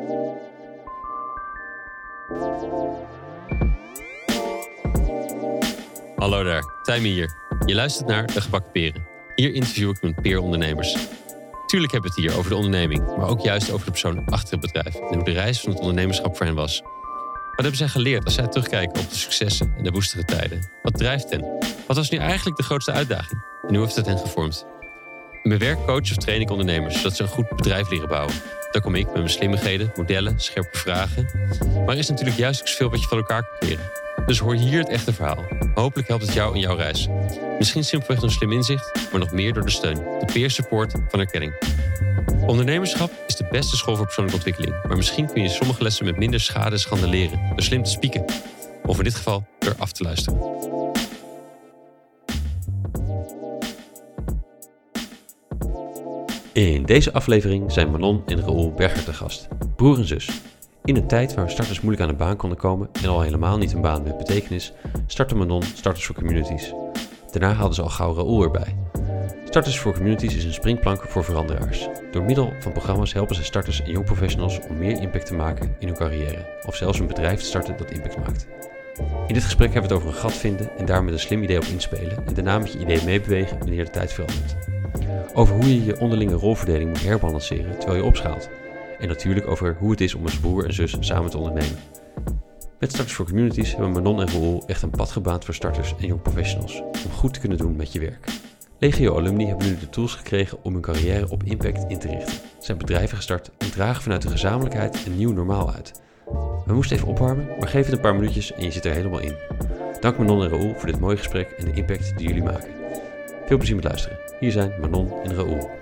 Hallo daar, Tijmen hier. Je luistert naar De Gebakken Peren. Hier interview ik met peerondernemers. Tuurlijk hebben we het hier over de onderneming, maar ook juist over de persoon achter het bedrijf en hoe de reis van het ondernemerschap voor hen was. Wat hebben zij geleerd als zij terugkijken op de successen en de woestere tijden? Wat drijft hen? Wat was nu eigenlijk de grootste uitdaging? En hoe heeft het hen gevormd? In mijn werk coach of train ik ondernemers zodat ze een goed bedrijf leren bouwen. Daar kom ik met mijn slimmigheden, modellen, scherpe vragen. Maar er is natuurlijk juist ook zoveel wat je van elkaar kan leren. Dus hoor hier het echte verhaal. Hopelijk helpt het jou in jouw reis. Misschien simpelweg door een slim inzicht, maar nog meer door de steun. De peer support van erkenning. Ondernemerschap is de beste school voor persoonlijke ontwikkeling. Maar misschien kun je sommige lessen met minder schade en schande leren. Door slim te spieken. Of in dit geval door af te luisteren. In deze aflevering zijn Manon en Raoul Berger te gast. Broer en zus. In een tijd waar starters moeilijk aan de baan konden komen en al helemaal niet een baan met betekenis, startte Manon Starters for Communities. Daarna haalden ze al gauw Raoul erbij. Starters for Communities is een springplank voor veranderaars. Door middel van programma's helpen ze starters en jongprofessionals om meer impact te maken in hun carrière, of zelfs een bedrijf te starten dat impact maakt. In dit gesprek hebben we het over een gat vinden en daar met een slim idee op inspelen en daarna met je idee meebewegen wanneer de tijd verandert. Over hoe je je onderlinge rolverdeling moet herbalanceren terwijl je opschaalt. En natuurlijk over hoe het is om als broer en zus samen te ondernemen. Met Starters for Communities hebben Manon en Raoul echt een pad gebaand voor starters en jong professionals. Om goed te kunnen doen met je werk. Legio alumni hebben nu de tools gekregen om hun carrière op impact in te richten. Zijn bedrijven gestart en dragen vanuit de gezamenlijkheid een nieuw normaal uit. We moesten even opwarmen, maar geef het een paar minuutjes en je zit er helemaal in. Dank Manon en Raoul voor dit mooie gesprek en de impact die jullie maken. Veel plezier met luisteren. Hier zijn Manon en Raoul.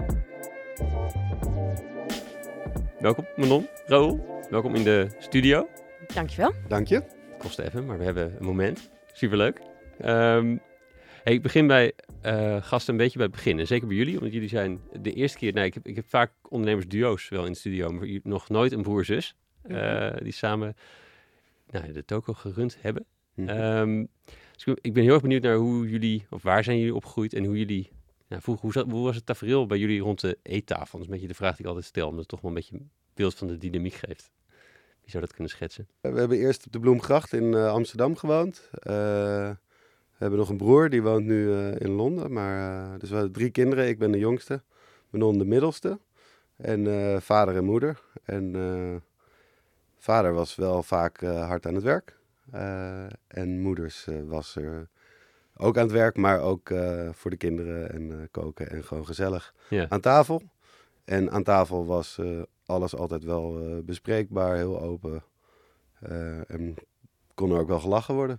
Welkom Manon, Raoul. Welkom in de studio. Dankjewel. Dank je. Kost even, maar we hebben een moment. Superleuk. Ik begin bij gasten een beetje bij het begin. En zeker bij jullie, omdat jullie zijn de eerste keer... Ik heb vaak ondernemersduo's wel in de studio, maar nog nooit een broer-zus. Die samen de toko gerund hebben. Dus ik ben heel erg benieuwd naar hoe jullie, of waar zijn jullie opgegroeid en hoe jullie... hoe was het tafereel bij jullie rond de eettafel? Dat is een beetje de vraag die ik altijd stel, omdat het toch wel een beetje een beeld van de dynamiek geeft. Wie zou dat kunnen schetsen? We hebben eerst op de Bloemgracht in Amsterdam gewoond. We hebben nog een broer, die woont nu in Londen. Dus we hadden 3 kinderen. Ik ben de jongste, Manon de middelste. En vader en moeder. En vader was wel vaak hard aan het werk. En moeders was er ook aan het werk, maar ook voor de kinderen en koken en gewoon gezellig aan tafel. En aan tafel was alles altijd wel bespreekbaar, heel open. En kon er ook wel gelachen worden.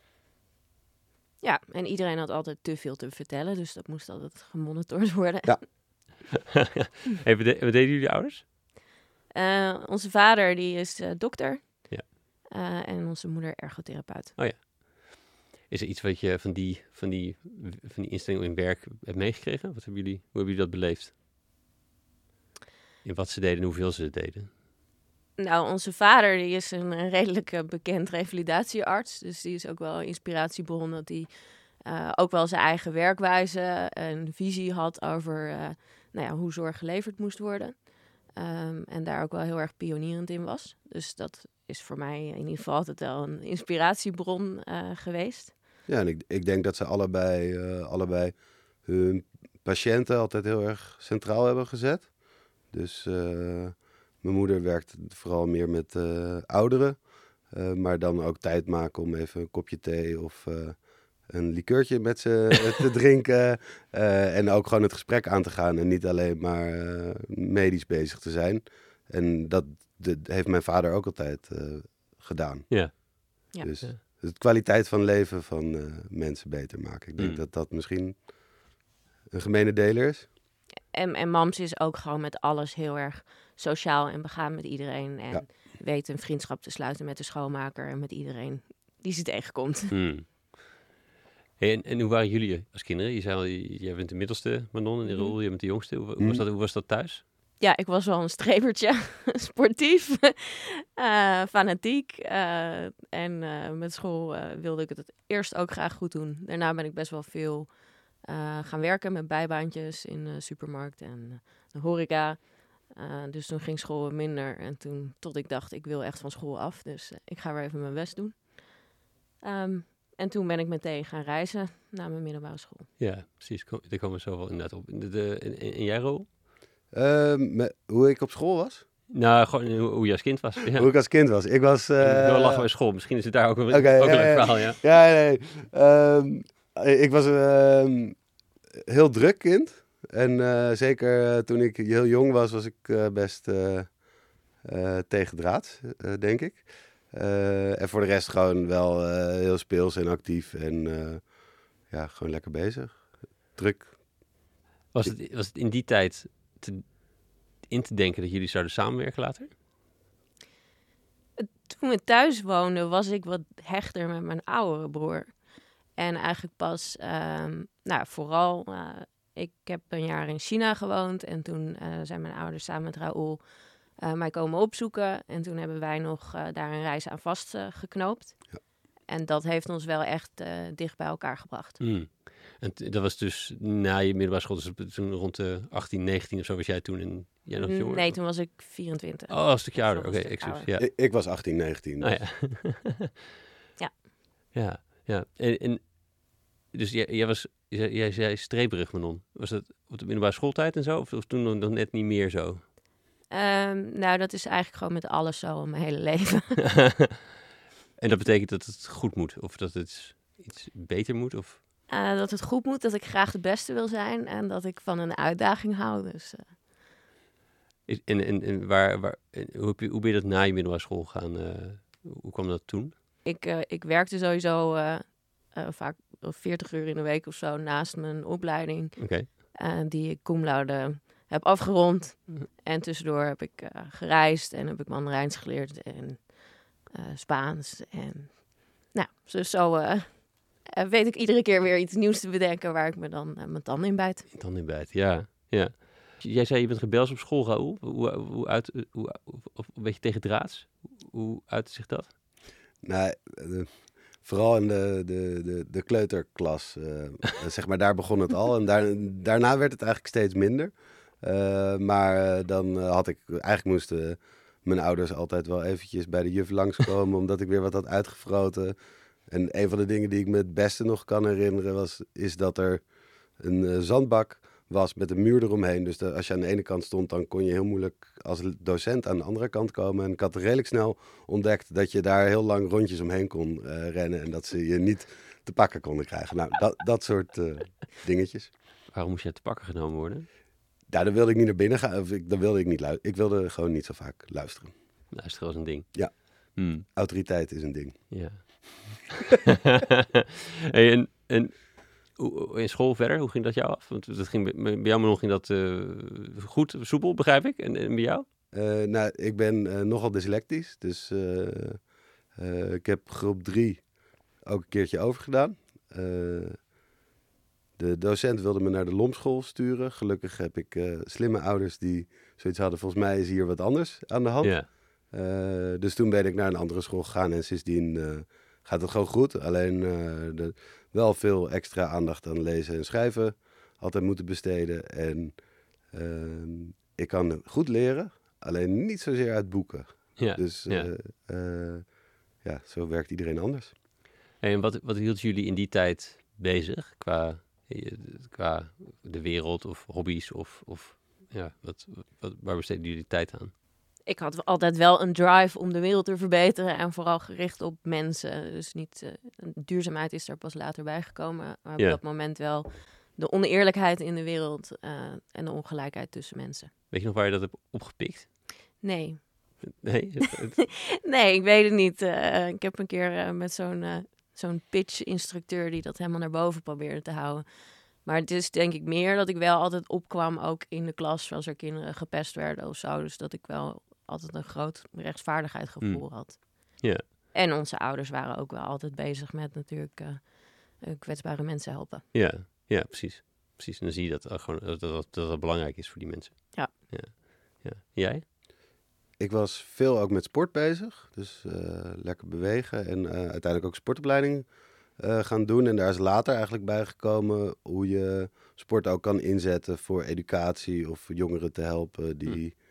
Ja, en iedereen had altijd te veel te vertellen, dus dat moest altijd gemonitord worden. Ja. Wat deden jullie ouders? Onze vader die is dokter. Ja. En onze moeder ergotherapeut. Oh ja. Is er iets wat je van die instelling in werk hebt meegekregen? Hoe hebben jullie dat beleefd? In wat ze deden en hoeveel ze het deden? Nou, onze vader die is een redelijk bekend revalidatiearts. Dus die is ook wel een inspiratiebron dat hij ook wel zijn eigen werkwijze en visie had over hoe zorg geleverd moest worden. En daar ook wel heel erg pionierend in was. Dus dat is voor mij in ieder geval altijd wel een inspiratiebron geweest. Ja, en ik denk dat ze allebei hun patiënten altijd heel erg centraal hebben gezet. Dus mijn moeder werkt vooral meer met ouderen. Maar dan ook tijd maken om even een kopje thee of een likeurtje met ze te drinken. En ook gewoon het gesprek aan te gaan en niet alleen maar medisch bezig te zijn. En dat heeft mijn vader ook altijd gedaan. Ja. Dus de kwaliteit van leven van mensen beter maken. Ik denk dat dat misschien een gemene deler is. En Mams is ook gewoon met alles heel erg sociaal en begaan met iedereen. En weet een vriendschap te sluiten met de schoonmaker en met iedereen die ze tegenkomt. Hey, en hoe waren jullie als kinderen? Je zei al, jij bent de middelste, Manon, en Raoul, jij bent de jongste. Hoe was dat thuis? Ja, ik was wel een strebertje. Sportief, fanatiek. En met school wilde ik het eerst ook graag goed doen. Daarna ben ik best wel veel gaan werken met bijbaantjes in de supermarkt en de horeca. Dus toen ging school wat minder. En tot ik dacht, ik wil echt van school af. Dus ik ga weer even mijn best doen. En toen ben ik meteen gaan reizen naar mijn middelbare school. Ja, precies. Daar komen we zo wel inderdaad op. En jij, Roel? Hoe ik op school was? Nou, gewoon hoe je als kind was. Ja. Hoe ik als kind was? Ik was... Door lachen bij school. Misschien is het daar ook een leuk verhaal, ja. Ja, nee. Ik was heel druk kind. En zeker toen ik heel jong was ik best tegendraads, denk ik. En voor de rest gewoon wel heel speels en actief. En gewoon lekker bezig. Druk. Was het in die tijd in te denken dat jullie zouden samenwerken later? Toen we thuis woonden, was ik wat hechter met mijn oudere broer. En eigenlijk pas, vooral... ik heb een jaar in China gewoond en toen zijn mijn ouders samen met Raoul mij komen opzoeken. En toen hebben wij nog daar een reis aan vastgeknoopt. Ja. En dat heeft ons wel echt dicht bij elkaar gebracht. En dat was dus na je middelbare school, dus toen rond de 18, 19 of zo was jij toen en jij nog jonger? Nee, toen was ik 24. Oh, een stukje ouder. Oké, excuus. Ja. Ik was 18, 19. Dus. Oh, ja. Ja. En dus jij zei streeperig, Manon. Was dat op de middelbare schooltijd en zo? Of toen nog net niet meer zo? Dat is eigenlijk gewoon met alles zo in mijn hele leven. En dat betekent dat het goed moet? Of dat het iets beter moet? Of... dat het goed moet, dat ik graag de beste wil zijn en dat ik van een uitdaging hou. Dus, hoe ben je dat na je middelbare school gegaan? Hoe kwam dat toen? Ik werkte sowieso vaak 40 uur in de week of zo naast mijn opleiding. Okay. Die ik cum laude heb afgerond. En tussendoor heb ik gereisd en heb ik Mandarijns geleerd en Spaans. En dus zo weet ik iedere keer weer iets nieuws te bedenken waar ik me dan mijn tanden in bijt. Tanden in bijt, ja. Jij zei je bent rebels op school, Raoul. Hoe een beetje tegen draads? Hoe uitte zich dat? Nou, vooral in de kleuterklas, zeg maar, daar begon het al. En daarna werd het eigenlijk steeds minder. Maar dan had ik, eigenlijk moesten mijn ouders altijd wel eventjes bij de juf langskomen, omdat ik weer wat had uitgefroten. En een van de dingen die ik me het beste nog kan herinneren is dat er een zandbak was met een muur eromheen. Dus als je aan de ene kant stond, dan kon je heel moeilijk als docent aan de andere kant komen. En ik had redelijk snel ontdekt dat je daar heel lang rondjes omheen kon rennen en dat ze je niet te pakken konden krijgen. Nou, dat soort dingetjes. Waarom moest je te pakken genomen worden? Ja, dan wilde ik niet naar binnen gaan. Dan wilde ik niet luisteren. Ik wilde gewoon niet zo vaak luisteren. Luisteren was een ding. Ja. Autoriteit is een ding. Ja. Hey, en in school verder, hoe ging dat jou af? Want dat ging, bij jou nog ging dat goed, soepel, begrijp ik. En bij jou? Ik ben nogal dyslectisch. Dus ik heb groep 3 ook een keertje overgedaan. De docent wilde me naar de Lomschool sturen. Gelukkig heb ik slimme ouders die zoiets hadden. Volgens mij is hier wat anders aan de hand. Ja. Dus toen ben ik naar een andere school gegaan. En sindsdien gaat het gewoon goed. Alleen wel veel extra aandacht aan lezen en schrijven. Altijd moeten besteden. En ik kan goed leren. Alleen niet zozeer uit boeken. Ja. Dus zo werkt iedereen anders. Hey, en wat hield jullie in die tijd bezig? Qua de wereld of hobby's of waar besteden jullie tijd aan? Ik had altijd wel een drive om de wereld te verbeteren en vooral gericht op mensen. Dus niet, duurzaamheid is er pas later bijgekomen. Maar op dat moment wel de oneerlijkheid in de wereld en de ongelijkheid tussen mensen. Weet je nog waar je dat hebt opgepikt? Nee. Nee? Nee, ik weet het niet. Ik heb een keer met zo'n pitch-instructeur die dat helemaal naar boven probeerde te houden. Maar het is denk ik meer dat ik wel altijd opkwam, ook in de klas, als er kinderen gepest werden of zo. Dus dat ik wel altijd een groot rechtsvaardigheidsgevoel had. Ja. En onze ouders waren ook wel altijd bezig met natuurlijk kwetsbare mensen helpen. Ja, precies. En dan zie je dat belangrijk is voor die mensen. Ja. Jij? Ik was veel ook met sport bezig. Dus lekker bewegen en uiteindelijk ook sportopleiding gaan doen. En daar is later eigenlijk bijgekomen hoe je sport ook kan inzetten voor educatie of jongeren te helpen die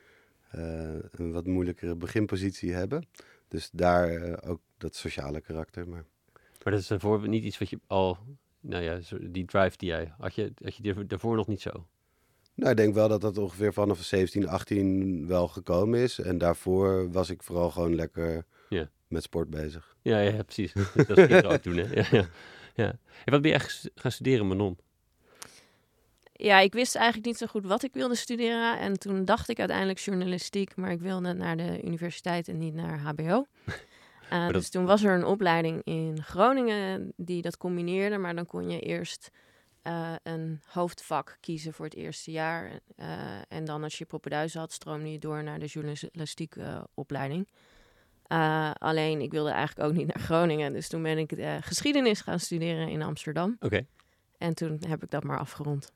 een wat moeilijkere beginpositie hebben. Dus daar ook dat sociale karakter. Maar dat is daarvoor niet iets wat je al... Nou ja, die drive die jij... Had je daarvoor nog niet zo? Nou, ik denk wel dat dat ongeveer vanaf 17, 18 wel gekomen is. En daarvoor was ik vooral gewoon lekker met sport bezig. Ja, precies. Dat ging je ook doen, hè? Ja. En wat ben je echt gaan studeren, Manon? Ja, ik wist eigenlijk niet zo goed wat ik wilde studeren. En toen dacht ik uiteindelijk journalistiek, maar ik wilde naar de universiteit en niet naar HBO. Dus toen was er een opleiding in Groningen die dat combineerde. Maar dan kon je eerst een hoofdvak kiezen voor het eerste jaar. En dan als je propeduizen had, stroomde je door naar de journalistieke opleiding. Alleen, ik wilde eigenlijk ook niet naar Groningen. Dus toen ben ik geschiedenis gaan studeren in Amsterdam. Oké. En toen heb ik dat maar afgerond.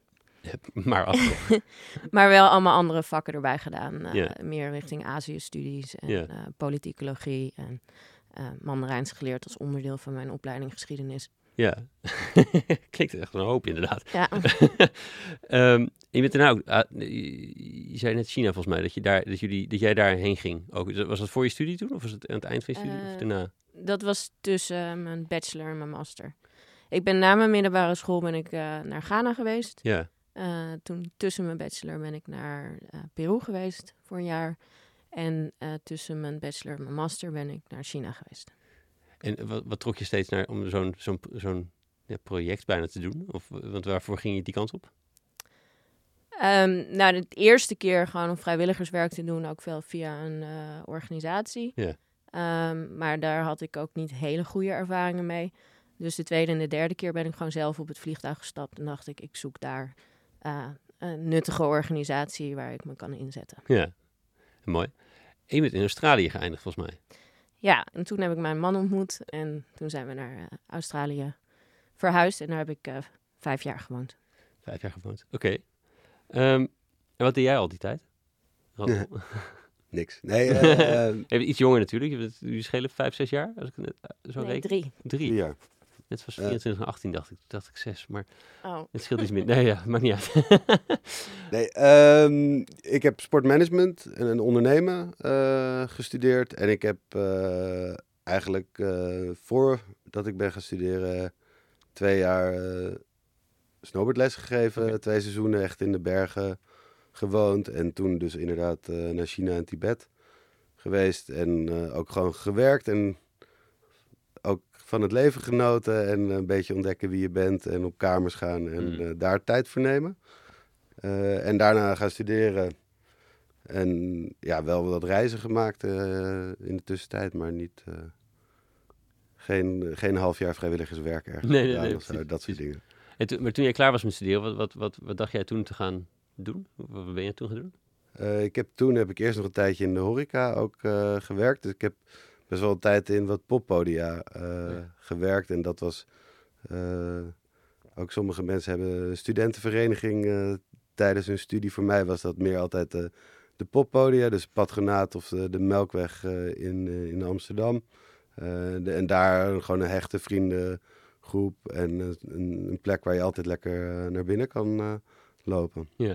Maar wel allemaal andere vakken erbij gedaan. Meer richting Azië-studies en politicologie en Mandarijns geleerd als onderdeel van mijn opleiding geschiedenis. Ja, klinkt echt een hoop inderdaad. Ja. Je bent daarna ook, je zei net China volgens mij, dat jij daarheen ging. Ook, was dat voor je studie toen of was het aan het eind van je studie of daarna? Dat was tussen mijn bachelor en mijn master. Ik ben na mijn middelbare school naar Ghana geweest. Ja. Toen tussen mijn bachelor ben ik naar Peru geweest voor een jaar. En tussen mijn bachelor en mijn master ben ik naar China geweest. En wat trok je steeds naar om zo'n project bijna te doen? Want waarvoor ging je die kant op? Nou, de eerste keer gewoon om vrijwilligerswerk te doen, ook wel via een organisatie. Ja. Maar daar had ik ook niet hele goede ervaringen mee. Dus de tweede en de derde keer ben ik gewoon zelf op het vliegtuig gestapt. En dacht ik zoek daar een nuttige organisatie waar ik me kan inzetten. Ja, mooi. En je bent in Australië geëindigd volgens mij. Ja, en toen heb ik mijn man ontmoet. En toen zijn we naar Australië verhuisd. En daar heb ik 5 jaar gewoond. 5 jaar gewoond, oké. En wat deed jij al die tijd? Niks. Nee, je bent iets jonger natuurlijk. Jullie schelen 5, 6 jaar? Als ik het zo nee, reken. 3 jaar. Net was 24 en 18 dacht ik 6. Maar Oh. het scheelt iets minder. Nee, maakt niet uit. Nee, ik heb sportmanagement en ondernemen gestudeerd. En ik heb eigenlijk voordat ik ben gaan studeren 2 jaar snowboardles gegeven. Okay. 2 seizoenen echt in de bergen gewoond. En toen dus inderdaad naar China en Tibet geweest. En ook gewoon gewerkt en ook van het leven genoten. En een beetje ontdekken wie je bent en op kamers gaan en daar tijd voor nemen. En daarna gaan studeren. En ja, wel wat reizen gemaakt in de tussentijd, maar niet... Geen half jaar vrijwilligerswerk ergens. Nee, of dat soort dingen. Maar toen jij klaar was met studeren, wat dacht jij toen te gaan doen? Wat ben je toen gaan doen? Toen heb ik eerst nog een tijdje in de horeca ook gewerkt. Dus ik heb best wel een tijd in wat poppodia gewerkt. En dat was... ook sommige mensen hebben een studentenvereniging tijdens hun studie. Voor mij was dat meer altijd de poppodia. Dus Patronaat of de Melkweg in Amsterdam. En daar gewoon een hechte vriendengroep. En een plek waar je altijd lekker naar binnen kan lopen. Ja.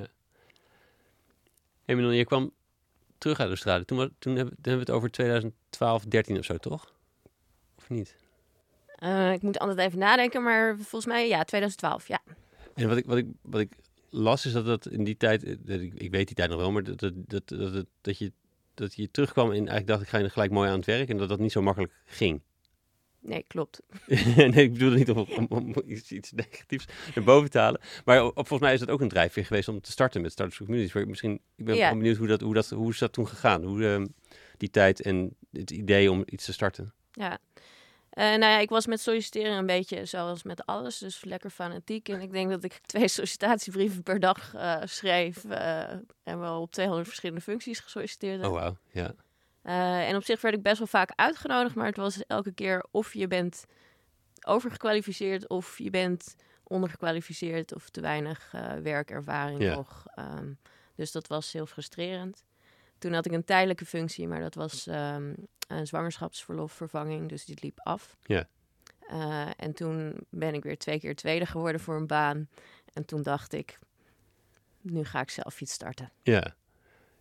Hey Manon, je kwam terug uit Australië. Toen hebben we het over 2012, 13 of zo, toch? Of niet? Ik moet altijd even nadenken, maar volgens mij 2012, ja. En wat ik las is dat in die tijd, ik weet die tijd nog wel, maar dat je terugkwam en eigenlijk dacht ik ga je gelijk mooi aan het werk en dat niet zo makkelijk ging. Nee, klopt. Nee, ik bedoel het niet om iets negatiefs naar boven te halen. Maar volgens mij is dat ook een drijfveer geweest om te starten met Startups for Communities. Ik ben benieuwd hoe is dat toen gegaan? Hoe die tijd en het idee om iets te starten? Ja. Ik was met solliciteren een beetje zoals met alles, dus lekker fanatiek. En ik denk dat ik 2 sollicitatiebrieven per dag schreef en wel op 200 verschillende functies gesolliciteerd heb. Oh, wauw, ja. En op zich werd ik best wel vaak uitgenodigd, maar het was elke keer of je bent overgekwalificeerd of je bent ondergekwalificeerd of te weinig werkervaring nog. Dus dat was heel frustrerend. Toen had ik een tijdelijke functie, maar dat was een zwangerschapsverlofvervanging, dus die liep af. Ja. En toen ben ik weer 2 keer tweede geworden voor een baan. En toen dacht ik, nu ga ik zelf iets starten. Ja.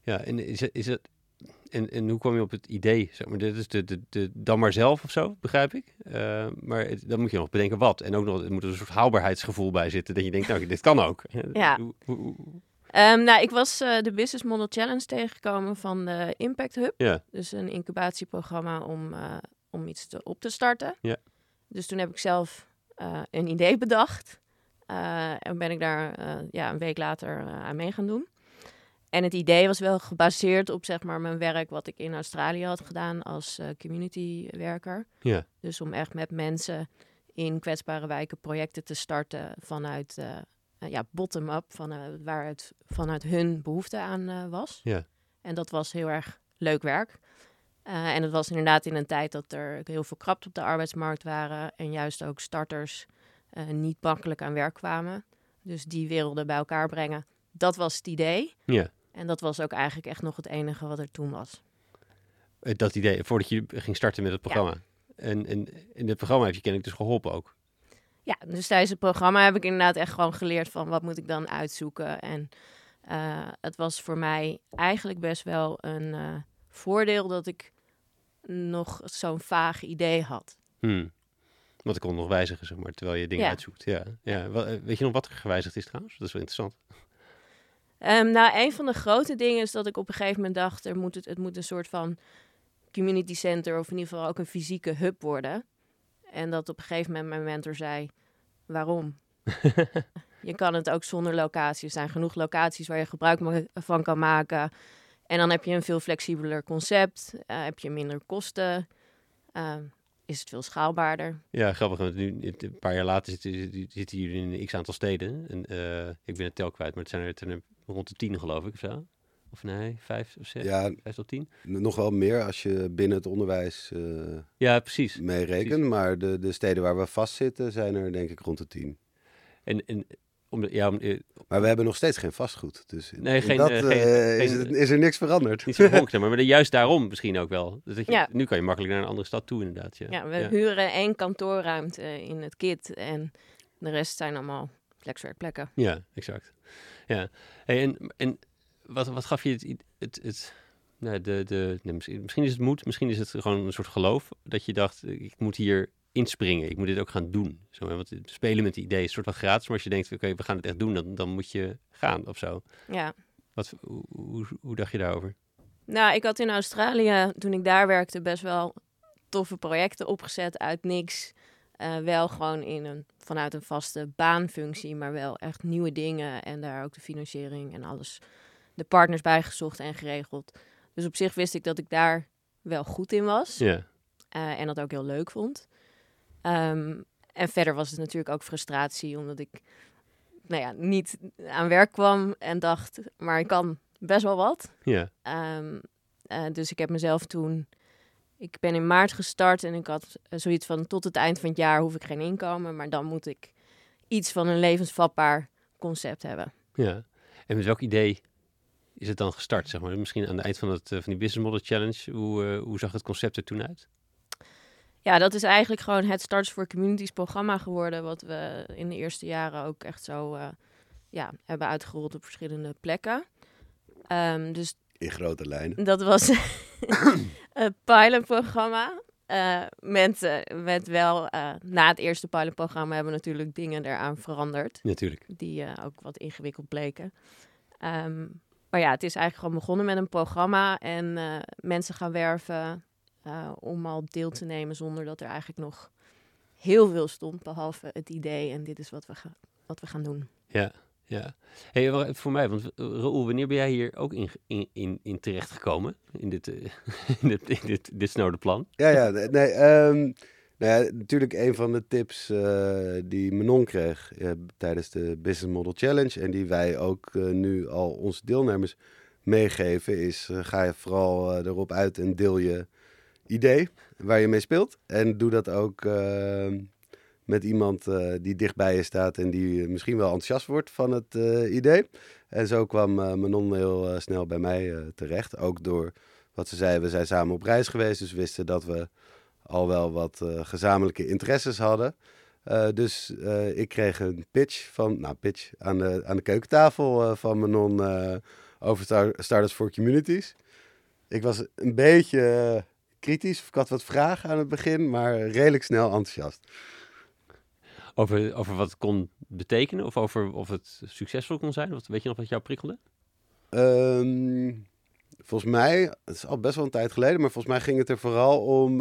Ja, en is het... En hoe kwam je op het idee? Zeg maar, dit is de dan maar zelf of zo, begrijp ik. Maar dan moet je nog bedenken wat. En ook nog, er moet een soort haalbaarheidsgevoel bij zitten. Dat je denkt, nou, dit kan ook. Ja. Nou, ik was de Business Model Challenge tegengekomen van de Impact Hub. Ja. Dus een incubatieprogramma om iets op te starten. Ja. Dus toen heb ik zelf een idee bedacht. En ben ik daar een week later aan mee gaan doen. En het idee was wel gebaseerd op zeg maar mijn werk wat ik in Australië had gedaan als community werker. Ja. Dus om echt met mensen in kwetsbare wijken projecten te starten vanuit bottom-up, vanuit hun behoefte aan was. Ja. En dat was heel erg leuk werk. En het was inderdaad in een tijd dat er heel veel krapte op de arbeidsmarkt waren en juist ook starters niet makkelijk aan werk kwamen. Dus die werelden bij elkaar brengen. Dat was het idee. Ja. En dat was ook eigenlijk echt nog het enige wat er toen was. Dat idee, voordat je ging starten met het programma. Ja. En in het programma heb je kennelijk dus geholpen ook. Ja, dus tijdens het programma heb ik inderdaad echt gewoon geleerd van wat moet ik dan uitzoeken. En het was voor mij eigenlijk best wel een voordeel dat ik nog zo'n vaag idee had. Want ik kon nog wijzigen, zeg maar, terwijl je dingen uitzoekt. Ja. Weet je nog wat er gewijzigd is trouwens? Dat is wel interessant. Een van de grote dingen is dat ik op een gegeven moment dacht, het moet een soort van community center of in ieder geval ook een fysieke hub worden. En dat op een gegeven moment mijn mentor zei, waarom? Je kan het ook zonder locatie. Er zijn genoeg locaties waar je gebruik van kan maken. En dan heb je een veel flexibeler concept. Heb je minder kosten. Is het veel schaalbaarder. Ja, grappig. Want nu, een paar jaar later zitten jullie in een x-aantal steden. En ik ben het tel kwijt, maar het zijn er rond de 10 geloof ik of zo. Of nee, 5 of 6? Ja, 5 tot 10? Nog wel meer als je binnen het onderwijs precies. meerekent. Precies. Maar de steden waar we vastzitten zijn er denk ik rond de 10. Maar we hebben nog steeds geen vastgoed. Dus is er niks veranderd. Niet zo honk, maar juist daarom misschien ook wel. Dus nu kan je makkelijk naar een andere stad toe inderdaad. We huren 1 kantoorruimte in het KIT en de rest zijn allemaal flexwerkplekken. Ja, exact. Ja. Hey, en wat gaf je misschien is het moed, misschien is het gewoon een soort geloof dat je dacht, ik moet hier inspringen, ik moet dit ook gaan doen. Zo, want spelen met die ideeën is een soort van gratis, maar als je denkt, oké, we gaan het echt doen, dan moet je gaan of zo. Ja. Hoe dacht je daarover? Nou, ik had in Australië, toen ik daar werkte, best wel toffe projecten opgezet uit niks. Wel gewoon vanuit een vaste baanfunctie, maar wel echt nieuwe dingen en daar ook de financiering en alles, de partners bijgezocht en geregeld. Dus op zich wist ik dat ik daar wel goed in was. Ja. En dat ook heel leuk vond. En verder was het natuurlijk ook frustratie, omdat ik niet aan werk kwam en dacht, maar ik kan best wel wat. Ja. Dus ik heb mezelf ik ben in maart gestart en ik had zoiets van tot het eind van het jaar hoef ik geen inkomen, maar dan moet ik iets van een levensvatbaar concept hebben. Ja. En met welk idee is het dan gestart, zeg maar? Misschien aan het eind van die Business Model Challenge, hoe zag het concept er toen uit? Ja, dat is eigenlijk gewoon het Starters for Communities programma geworden, wat we in de eerste jaren ook echt zo hebben uitgerold op verschillende plekken. Dus in grote lijnen. Dat was een pilotprogramma. Met wel, na het eerste pilotprogramma hebben we natuurlijk dingen eraan veranderd. Natuurlijk. Die ook wat ingewikkeld bleken. Maar ja, het is eigenlijk gewoon begonnen met een programma en mensen gaan werven om al deel te nemen zonder dat er eigenlijk nog heel veel stond, behalve het idee en dit is wat we gaan doen. Ja. Ja. Hey, voor mij, want Raoul, wanneer ben jij hier ook in terechtgekomen? In dit snode plan? Natuurlijk een van de tips die Manon kreeg tijdens de Business Model Challenge en die wij ook nu al onze deelnemers meegeven is, ga je vooral erop uit en deel je idee waar je mee speelt. En doe dat ook met iemand die dichtbij je staat en die misschien wel enthousiast wordt van het idee. En zo kwam Manon heel snel bij mij terecht. Ook door wat ze zei, we zijn samen op reis geweest, dus we wisten dat we al wel wat gezamenlijke interesses hadden. Dus ik kreeg een pitch aan de keukentafel van Manon over Startups for Communities. Ik was een beetje kritisch. Ik had wat vragen aan het begin, maar redelijk snel enthousiast. Over wat het kon betekenen of over of het succesvol kon zijn? Weet je nog wat jou prikkelde? Volgens mij, het is al best wel een tijd geleden, maar volgens mij ging het er vooral om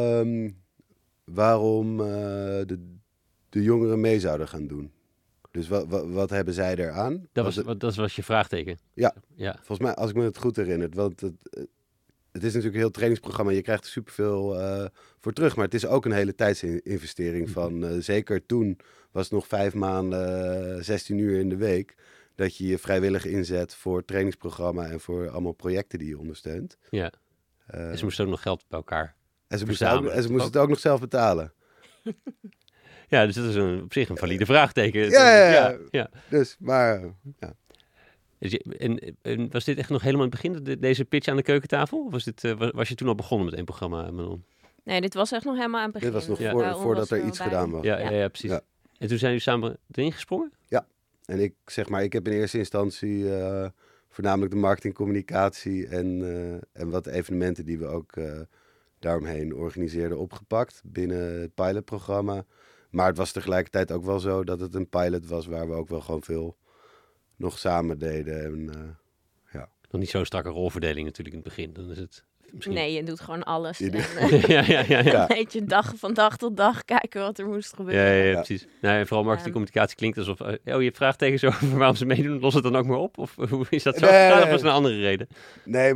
waarom de jongeren mee zouden gaan doen. Dus wat hebben zij eraan? Dat was je vraagteken. Ja, volgens mij, als ik me het goed herinner. Want het is natuurlijk een heel trainingsprogramma. Je krijgt er superveel voor terug. Maar het is ook een hele tijdsinvestering van... zeker toen was het nog 5 maanden, 16 uur in de week... dat je je vrijwillig inzet voor het trainingsprogramma... en voor allemaal projecten die je ondersteunt. Ja, en ze moesten ook nog geld bij elkaar en ze moesten het ook nog zelf betalen. Ja, dus dat is op zich een valide vraagteken. Ja. Dus, maar... Ja. En was dit echt nog helemaal in het begin, deze pitch aan de keukentafel? Of was je toen al begonnen met één programma, Manon? Nee, dit was echt nog helemaal aan het begin. Dit was nog voordat er iets gedaan was. Ja, precies. Ja. En toen zijn jullie samen erin gesprongen? Ja, en ik heb in eerste instantie voornamelijk de marketingcommunicatie en wat evenementen die we ook daaromheen organiseerden opgepakt binnen het pilotprogramma. Maar het was tegelijkertijd ook wel zo dat het een pilot was waar we ook wel gewoon veel nog samen deden. En, Nog niet zo'n strakke rolverdeling natuurlijk in het begin. Dan is het misschien... Nee, je doet gewoon alles. Ja. Een beetje van dag tot dag kijken wat er moest gebeuren. Ja, precies. Nou, en vooral marketingcommunicatie klinkt alsof... je hebt vraagtekens over waarom ze meedoen. Los het dan ook maar op? Of hoe is dat zo gegaan? Of was er een andere reden? Nee,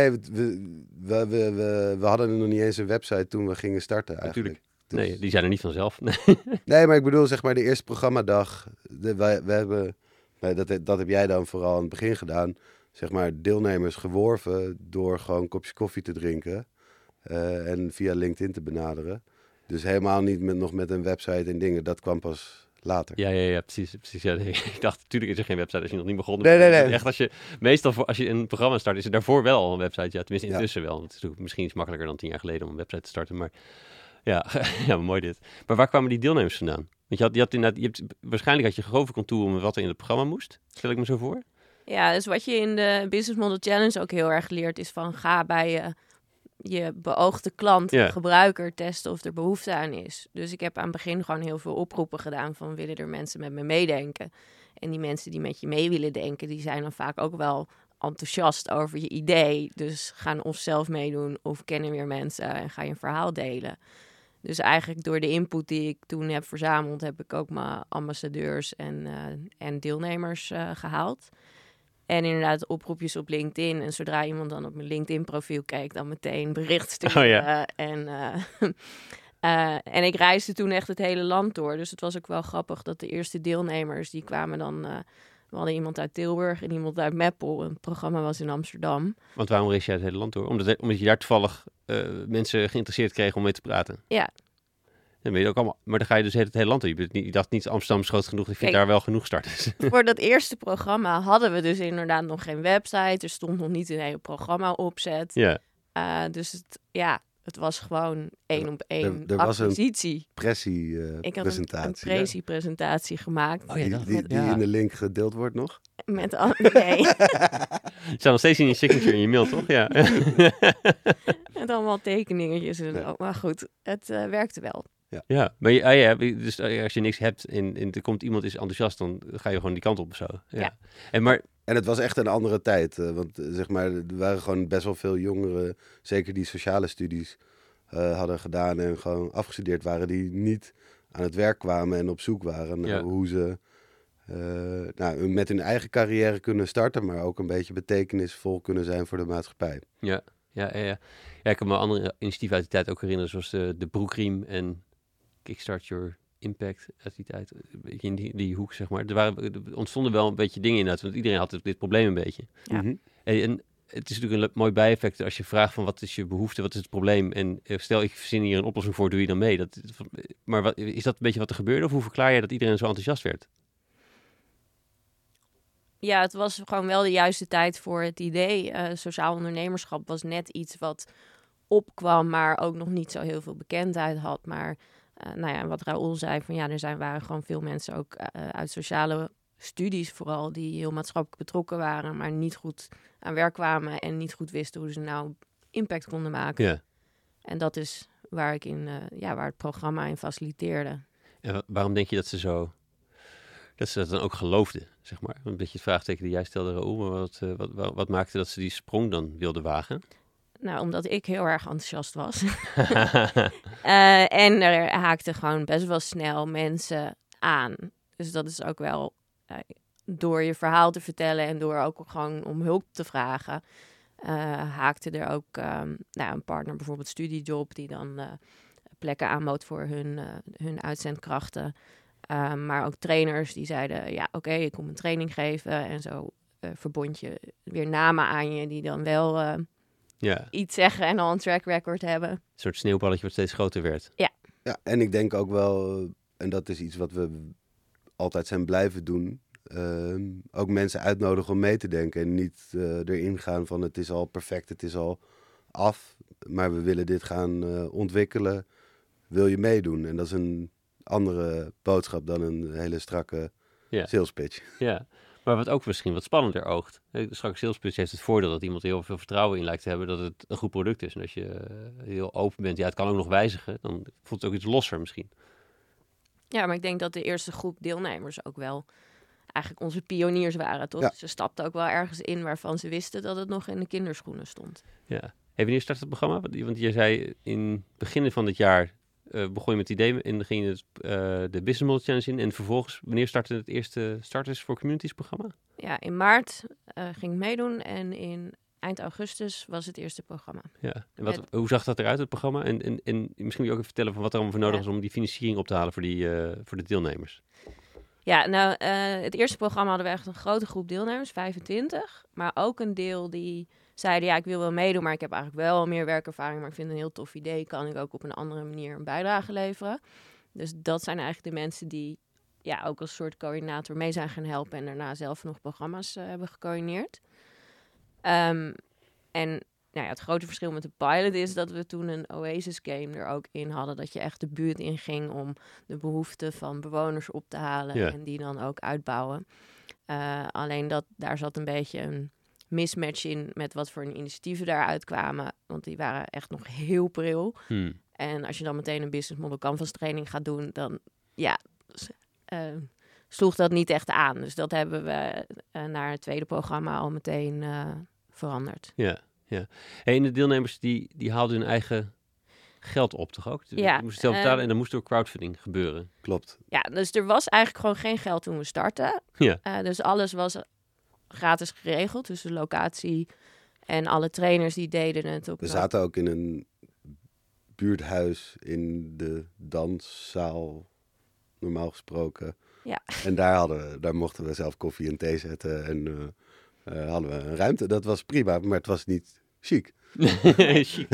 we hadden er nog niet eens een website toen we gingen starten eigenlijk. Natuurlijk. Dus... Nee, die zijn er niet vanzelf. Nee, maar ik bedoel, zeg maar, de eerste programmadag... we hebben... Dat heb jij dan vooral aan het begin gedaan. Zeg maar, deelnemers geworven door gewoon kopjes koffie te drinken. En via LinkedIn te benaderen. Dus helemaal niet nog met een website en dingen. Dat kwam pas later. Ja, precies. Ja, nee. Ik dacht, natuurlijk is er geen website als je nog niet begonnen bent. Nee. Echt, als je een programma start, is er daarvoor wel al een website. Ja, tenminste intussen wel. Het is misschien iets makkelijker dan 10 jaar geleden om een website te starten. Maar ja, mooi dit. Maar waar kwamen die deelnemers vandaan? Want waarschijnlijk had je gehovencontour om wat er in het programma moest. Stel ik me zo voor. Ja, dus wat je in de Business Model Challenge ook heel erg leert... is van ga bij je beoogde klant, gebruiker, testen of er behoefte aan is. Dus ik heb aan het begin gewoon heel veel oproepen gedaan... van willen er mensen met me meedenken? En die mensen die met je mee willen denken... die zijn dan vaak ook wel enthousiast over je idee. Dus gaan of zelf meedoen of kennen weer mensen... en ga je een verhaal delen... Dus eigenlijk door de input die ik toen heb verzameld... heb ik ook mijn ambassadeurs en deelnemers gehaald. En inderdaad oproepjes op LinkedIn. En zodra iemand dan op mijn LinkedIn-profiel keek... dan meteen bericht sturen. En ik reisde toen echt het hele land door. Dus het was ook wel grappig dat de eerste deelnemers... die kwamen dan... we hadden iemand uit Tilburg en iemand uit Meppel. Het programma was in Amsterdam. Want waarom reis je uit het hele land door? Omdat je daar toevallig mensen geïnteresseerd kreeg om mee te praten? Ja. Dan ben je ook allemaal, maar dan ga je dus het hele land door. Je dacht niet, Amsterdam is groot genoeg. Ik vind daar wel genoeg starters. Voor dat eerste programma hadden we dus inderdaad nog geen website. Er stond nog niet een hele programma opzet. Ja. Dus het was gewoon 1-op-1 er acquisitie. Ik had een pressie-presentatie gemaakt. Die in de link gedeeld wordt nog? Nee. Het staat nog steeds in je signature in je mail, toch? Ja. Met allemaal tekeningetjes. Maar goed, het werkte wel. Ja, maar dus als je niks hebt en er komt iemand is enthousiast, dan ga je gewoon die kant op of zo. Ja. En het was echt een andere tijd. Want zeg maar, er waren gewoon best wel veel jongeren, zeker die sociale studies hadden gedaan en gewoon afgestudeerd waren, die niet aan het werk kwamen en op zoek waren naar hoe ze met hun eigen carrière kunnen starten, maar ook een beetje betekenisvol kunnen zijn voor de maatschappij. Ja, ik kan me andere initiatieven uit die tijd ook herinneren, zoals de broekriem en Kickstart Your Impact uit die tijd. In die hoek, zeg maar. Er ontstonden wel een beetje dingen inderdaad, want iedereen had dit probleem een beetje. Ja. En het is natuurlijk een mooi bijeffect als je vraagt van wat is je behoefte, wat is het probleem? En stel ik verzin hier een oplossing voor, doe je dan mee? Maar is dat een beetje wat er gebeurde? Of hoe verklaar je dat iedereen zo enthousiast werd? Ja, het was gewoon wel de juiste tijd voor het idee. Sociaal ondernemerschap was net iets wat opkwam, maar ook nog niet zo heel veel bekendheid had. Maar wat Raoul zei, van waren gewoon veel mensen ook uit sociale studies vooral die heel maatschappelijk betrokken waren, maar niet goed aan werk kwamen en niet goed wisten hoe ze nou impact konden maken. Ja. En dat is waar ik waar het programma in faciliteerde. En waarom denk je dat ze dat dan ook geloofden, zeg maar? Een beetje het vraagteken die jij stelde, Raoul, maar wat maakte dat ze die sprong dan wilden wagen? Nou, omdat ik heel erg enthousiast was. En er haakten gewoon best wel snel mensen aan. Dus dat is ook wel door je verhaal te vertellen en door ook gewoon om hulp te vragen, haakte er ook een partner, bijvoorbeeld Studiejob, die dan plekken aanbood voor hun uitzendkrachten. Maar ook trainers die zeiden, ja, oké, ik kom een training geven. En zo verbond je weer namen aan je die dan wel iets zeggen en al een track record hebben. Een soort sneeuwballetje wat steeds groter werd. Ja. Ja, en ik denk ook wel, en dat is iets wat we altijd zijn blijven doen, ook mensen uitnodigen om mee te denken. En niet erin gaan van het is al perfect, het is al af. Maar we willen dit gaan ontwikkelen. Wil je meedoen? En dat is een andere boodschap dan een hele strakke sales pitch. Ja, maar wat ook misschien wat spannender oogt. De strakke sales pitch heeft het voordeel dat iemand heel veel vertrouwen in lijkt te hebben dat het een goed product is. En als je heel open bent, het kan ook nog wijzigen, dan voelt het ook iets losser misschien. Ja, maar ik denk dat de eerste groep deelnemers ook wel eigenlijk onze pioniers waren, toch? Ja. Ze stapten ook wel ergens in waarvan ze wisten dat het nog in de kinderschoenen stond. Ja. Wanneer start het programma? Want je zei in het begin van dit jaar begon je met het idee en ging je de Business Model Challenge in. En vervolgens, wanneer startte het eerste Starters for Communities programma? Ja, in maart ging ik meedoen en in eind augustus was het eerste programma. Ja. En hoe zag dat eruit, het programma? En misschien wil je ook even vertellen van wat er allemaal voor nodig is om die financiering op te halen voor de deelnemers. Ja, nou, het eerste programma hadden we echt een grote groep deelnemers, 25. Maar ook een deel die zeiden, ja, ik wil wel meedoen, maar ik heb eigenlijk wel meer werkervaring, maar ik vind het een heel tof idee. Kan ik ook op een andere manier een bijdrage leveren? Dus dat zijn eigenlijk de mensen die ook als soort coördinator mee zijn gaan helpen en daarna zelf nog programma's hebben gecoördineerd. En het grote verschil met de pilot is dat we toen een Oasis game er ook in hadden. Dat je echt de buurt in ging om de behoeften van bewoners op te halen en die dan ook uitbouwen. Alleen daar zat een beetje een mismatch in met wat voor initiatieven daaruit kwamen. Want die waren echt nog heel pril. En als je dan meteen een business model canvas training gaat doen, dan sloeg dat niet echt aan. Dus dat hebben we naar het tweede programma al meteen veranderd. Ja. En de deelnemers die haalden hun eigen geld op, toch ook? Die moesten zelf betalen en dan moest door crowdfunding gebeuren. Klopt. Ja, dus er was eigenlijk gewoon geen geld toen we startten. Ja. Dus alles was gratis geregeld. Dus de locatie en alle trainers die deden het. We zaten ook in een buurthuis in de danszaal, normaal gesproken. Ja. En daar mochten we zelf koffie en thee zetten en hadden we een ruimte. Dat was prima, maar het was niet chic. Chic.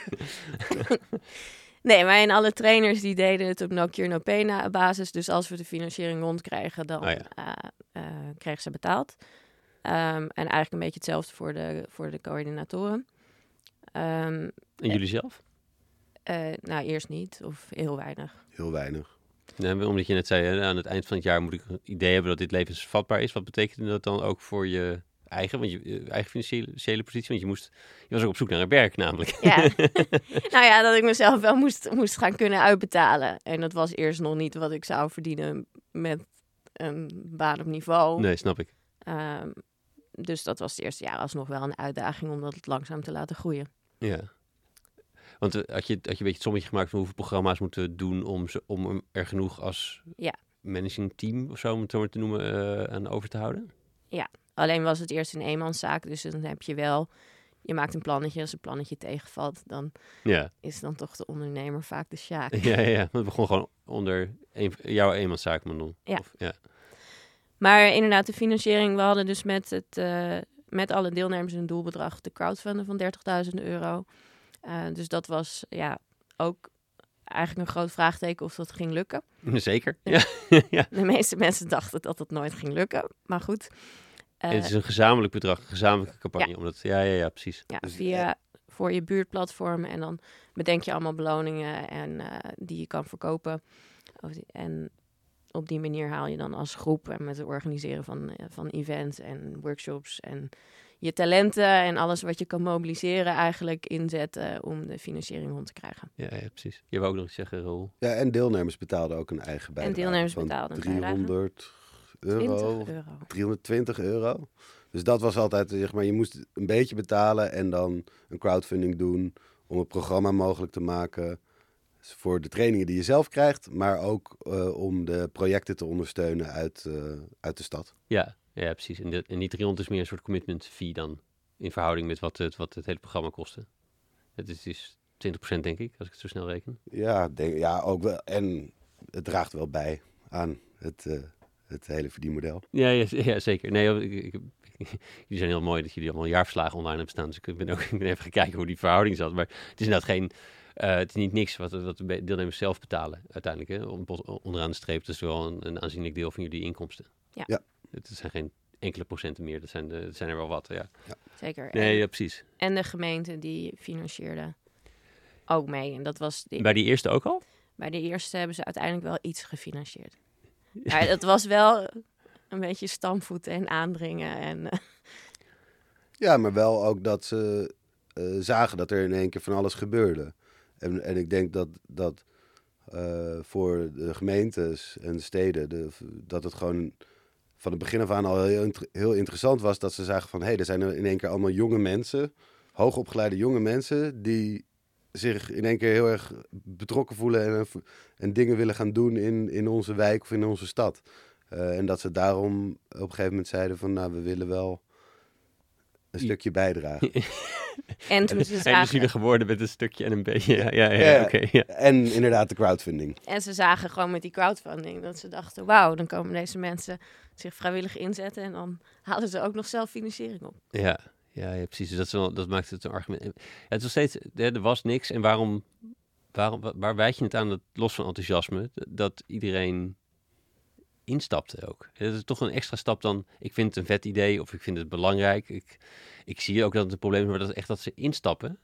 Nee, maar en alle trainers die deden het op no cure no pay basis. Dus als we de financiering rondkregen, dan kregen ze betaald. En eigenlijk een beetje hetzelfde voor de coördinatoren. En jullie zelf? Nou, eerst niet, of heel weinig. Heel weinig. Nee, omdat je net zei, aan het eind van het jaar moet ik een idee hebben dat dit levensvatbaar is. Wat betekent dat dan ook voor je eigen financiële positie? Want je was ook op zoek naar een werk namelijk. Ja. Nou ja, dat ik mezelf wel moest gaan kunnen uitbetalen. En dat was eerst nog niet wat ik zou verdienen met een baan op niveau. Nee, snap ik. Dus dat was het eerste jaar alsnog wel een uitdaging om dat langzaam te laten groeien. Ja. Want had je een beetje het sommetje gemaakt van hoeveel programma's moeten we doen om er genoeg als managing team of zo, om het zo maar te noemen, aan over te houden? Ja, alleen was het eerst een eenmanszaak, dus dan heb je wel, je maakt een plannetje, als een plannetje tegenvalt, dan is dan toch de ondernemer vaak de sjaak. Ja, want het begon gewoon onder jouw eenmanszaak, Manon. Ja. Maar inderdaad, de financiering, we hadden dus met alle deelnemers een doelbedrag te crowdfunden van €30.000. Dus dat was ook eigenlijk een groot vraagteken of dat ging lukken. Zeker, ja. De meeste mensen dachten dat het nooit ging lukken, maar goed. Het is een gezamenlijk bedrag, een gezamenlijke campagne. Omdat, ja, precies. Ja, dus, voor je buurtplatform en dan bedenk je allemaal beloningen en die je kan verkopen. En op die manier haal je dan als groep en met het organiseren van events en workshops en je talenten en alles wat je kan mobiliseren eigenlijk inzetten om de financiering rond te krijgen. Ja, precies. Je wou ook nog iets zeggen, Roel. Ja, en deelnemers betaalden ook een eigen bijdrage. En deelnemers van betaalden een 300 €20. 320 euro. Dus dat was altijd, zeg maar, je moest een beetje betalen en dan een crowdfunding doen om het programma mogelijk te maken voor de trainingen die je zelf krijgt, maar ook om de projecten te ondersteunen uit de stad. Ja, precies. En die 300 is meer een soort commitment fee dan in verhouding met wat het hele programma kostte. Het is 20% denk ik, als ik het zo snel reken. Ja, ook wel. En het draagt wel bij aan het hele verdienmodel. Ja, zeker. Nee, jullie zijn heel mooi dat jullie allemaal jaarverslagen online hebben staan. Dus ik ben even gaan kijken hoe die verhouding zat. Maar het is inderdaad het is niet niks wat de deelnemers zelf betalen uiteindelijk. Hè? Onderaan de streep, dat is wel een aanzienlijk deel van jullie inkomsten. Ja. Het zijn geen enkele procenten meer, dat zijn er wel wat. Ja. Zeker. Nee, ja, precies. En de gemeente die financierde ook mee. En dat was Bij die eerste ook al? Bij de eerste hebben ze uiteindelijk wel iets gefinancierd. Maar het was wel een beetje stampvoeten en aandringen. En, Ja, maar wel ook dat ze zagen dat er in één keer van alles gebeurde. En ik denk dat voor de gemeentes en de steden, dat het gewoon van het begin af aan al heel interessant was dat ze zagen van, er zijn er in één keer allemaal jonge mensen, hoogopgeleide jonge mensen, die zich in één keer heel erg betrokken voelen en dingen willen gaan doen in onze wijk of in onze stad. En dat ze daarom op een gegeven moment zeiden van, we willen wel een stukje bijdragen. en toen ze zagen... En dus geworden met een stukje en een beetje. Ja. Oké. Ja. En inderdaad de crowdfunding. En ze zagen gewoon met die crowdfunding dat ze dachten, wauw, dan komen deze mensen zich vrijwillig inzetten en dan halen ze ook nog zelf financiering op. Ja, precies. Dus dat maakt het een argument. Ja, het was steeds, er was niks. En waar wijd je het aan, dat los van enthousiasme, dat iedereen instapte ook. Dat is toch een extra stap dan, ik vind het een vet idee of ik vind het belangrijk. Ik zie ook dat het een probleem is, maar dat is echt dat ze instappen.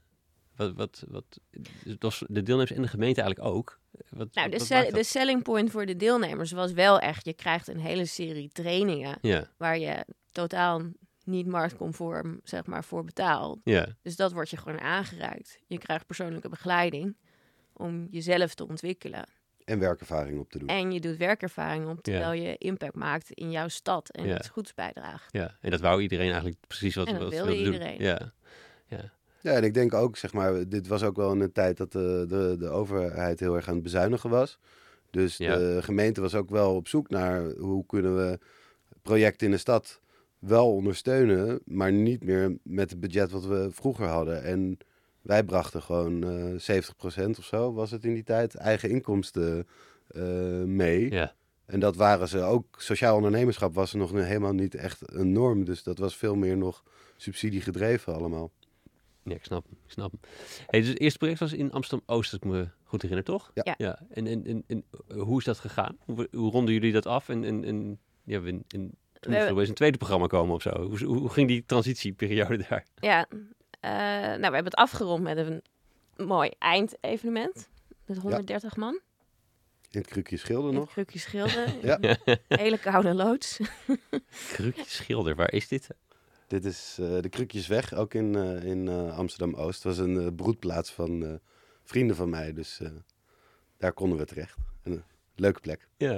De deelnemers en de gemeente eigenlijk ook. De selling point voor de deelnemers was wel echt, je krijgt een hele serie trainingen waar je totaal niet marktconform, zeg maar, voor betaalt. Ja. Dus dat wordt je gewoon aangereikt. Je krijgt persoonlijke begeleiding om jezelf te ontwikkelen. En werkervaring op te doen. En je doet werkervaring op terwijl je impact maakt in jouw stad en iets goeds bijdraagt. Ja, en dat wou iedereen eigenlijk precies wat wilde iedereen. Doen. Ja, en ik denk ook, zeg maar, dit was ook wel in een tijd dat de overheid heel erg aan het bezuinigen was. Dus de gemeente was ook wel op zoek naar hoe kunnen we projecten in de stad wel ondersteunen, maar niet meer met het budget wat we vroeger hadden. En wij brachten gewoon 70% of zo, was het in die tijd, eigen inkomsten mee. Ja. En dat waren ze ook, sociaal ondernemerschap was er nog helemaal niet echt een norm. Dus dat was veel meer nog subsidie gedreven allemaal. Ja, ik snap hem. Hey, dus het eerste project was in Amsterdam-Oost, als ik me goed herinner, toch? Ja. En hoe is dat gegaan? Hoe ronden jullie dat af? En toen moest er opeens een tweede programma komen of zo. Hoe ging die transitieperiode daar? Ja, we hebben het afgerond met een mooi eindevenement. Met 130 man. In het Krukje Schilder nog. In het Krukje Schilder. Ja. Hele koude loods. Krukje Schilder, waar is dit? Dit is de Krukjesweg, ook in Amsterdam-Oost. Het was een broedplaats van vrienden van mij, dus daar konden we terecht. Een leuke plek. Ja.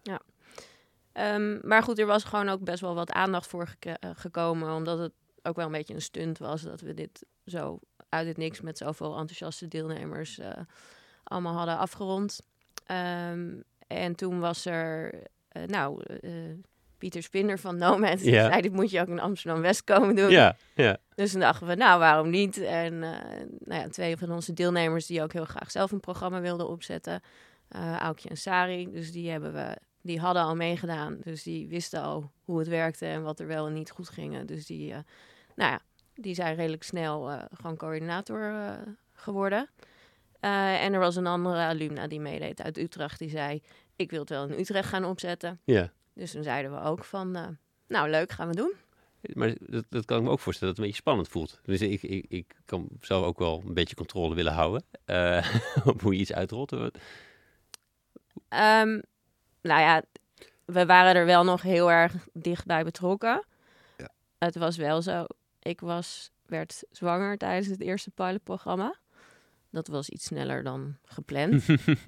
Maar goed, er was gewoon ook best wel wat aandacht voor gekomen, omdat het ook wel een beetje een stunt was dat we dit zo uit het niks met zoveel enthousiaste deelnemers allemaal hadden afgerond. En toen was er, Pieter Spinder van Nomad zei, dit moet je ook in Amsterdam-West komen doen. Ja. Dus toen dachten we, waarom niet? En twee van onze deelnemers die ook heel graag zelf een programma wilden opzetten, Aukje en Sari, dus die hadden al meegedaan. Dus die wisten al hoe het werkte en wat er wel en niet goed ging. Dus die zijn redelijk snel gewoon coördinator geworden. En er was een andere alumna die meedeed uit Utrecht. Die zei, ik wil het wel in Utrecht gaan opzetten. Ja. Dus toen zeiden we ook van, leuk, gaan we doen. Maar dat kan ik me ook voorstellen dat het een beetje spannend voelt. Dus ik kan zelf ook wel een beetje controle willen houden op hoe je iets uitrolt. Nou ja, we waren er wel nog heel erg dichtbij betrokken. Ja. Het was wel zo. Ik werd zwanger tijdens het eerste pilotprogramma. Dat was iets sneller dan gepland.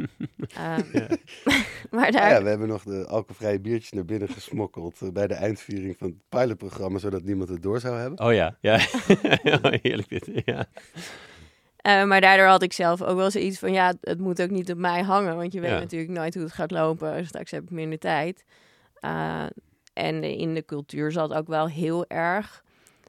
Maar we hebben nog de alcoholvrije biertjes naar binnen gesmokkeld bij de eindviering van het pilotprogramma, zodat niemand het door zou hebben. Oh ja. Heerlijk dit, ja. Maar daardoor had ik zelf ook wel zoiets van, ja, het moet ook niet op mij hangen. Want je weet natuurlijk nooit hoe het gaat lopen. Straks heb ik minder tijd. En in de cultuur zat ook wel heel erg...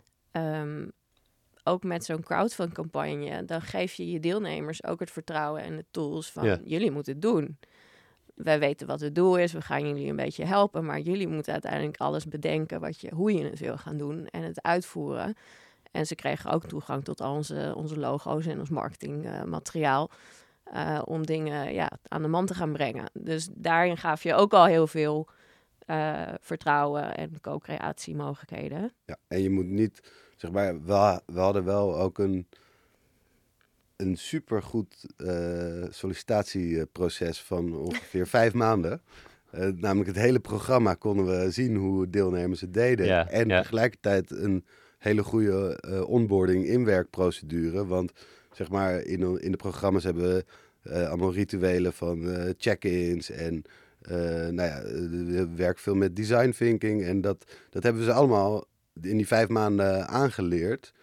ook met zo'n crowdfund-campagne, dan geef je deelnemers ook het vertrouwen en de tools van, jullie moeten het doen. Wij weten wat het doel is, we gaan jullie een beetje helpen, maar jullie moeten uiteindelijk alles bedenken hoe je het wil gaan doen en het uitvoeren. En ze kregen ook toegang tot al onze logo's en ons marketingmateriaal om dingen aan de man te gaan brengen. Dus daarin gaf je ook al heel veel vertrouwen en co-creatiemogelijkheden. Ja, en je moet niet, zeg maar, we hadden wel ook een supergoed sollicitatieproces van ongeveer 5 maanden. Namelijk het hele programma konden we zien hoe deelnemers het deden. En tegelijkertijd een hele goede onboarding inwerkprocedure. Want zeg maar, in de programma's hebben we allemaal rituelen van check-ins en we werken veel met design thinking. En dat hebben we ze allemaal in die 5 maanden aangeleerd.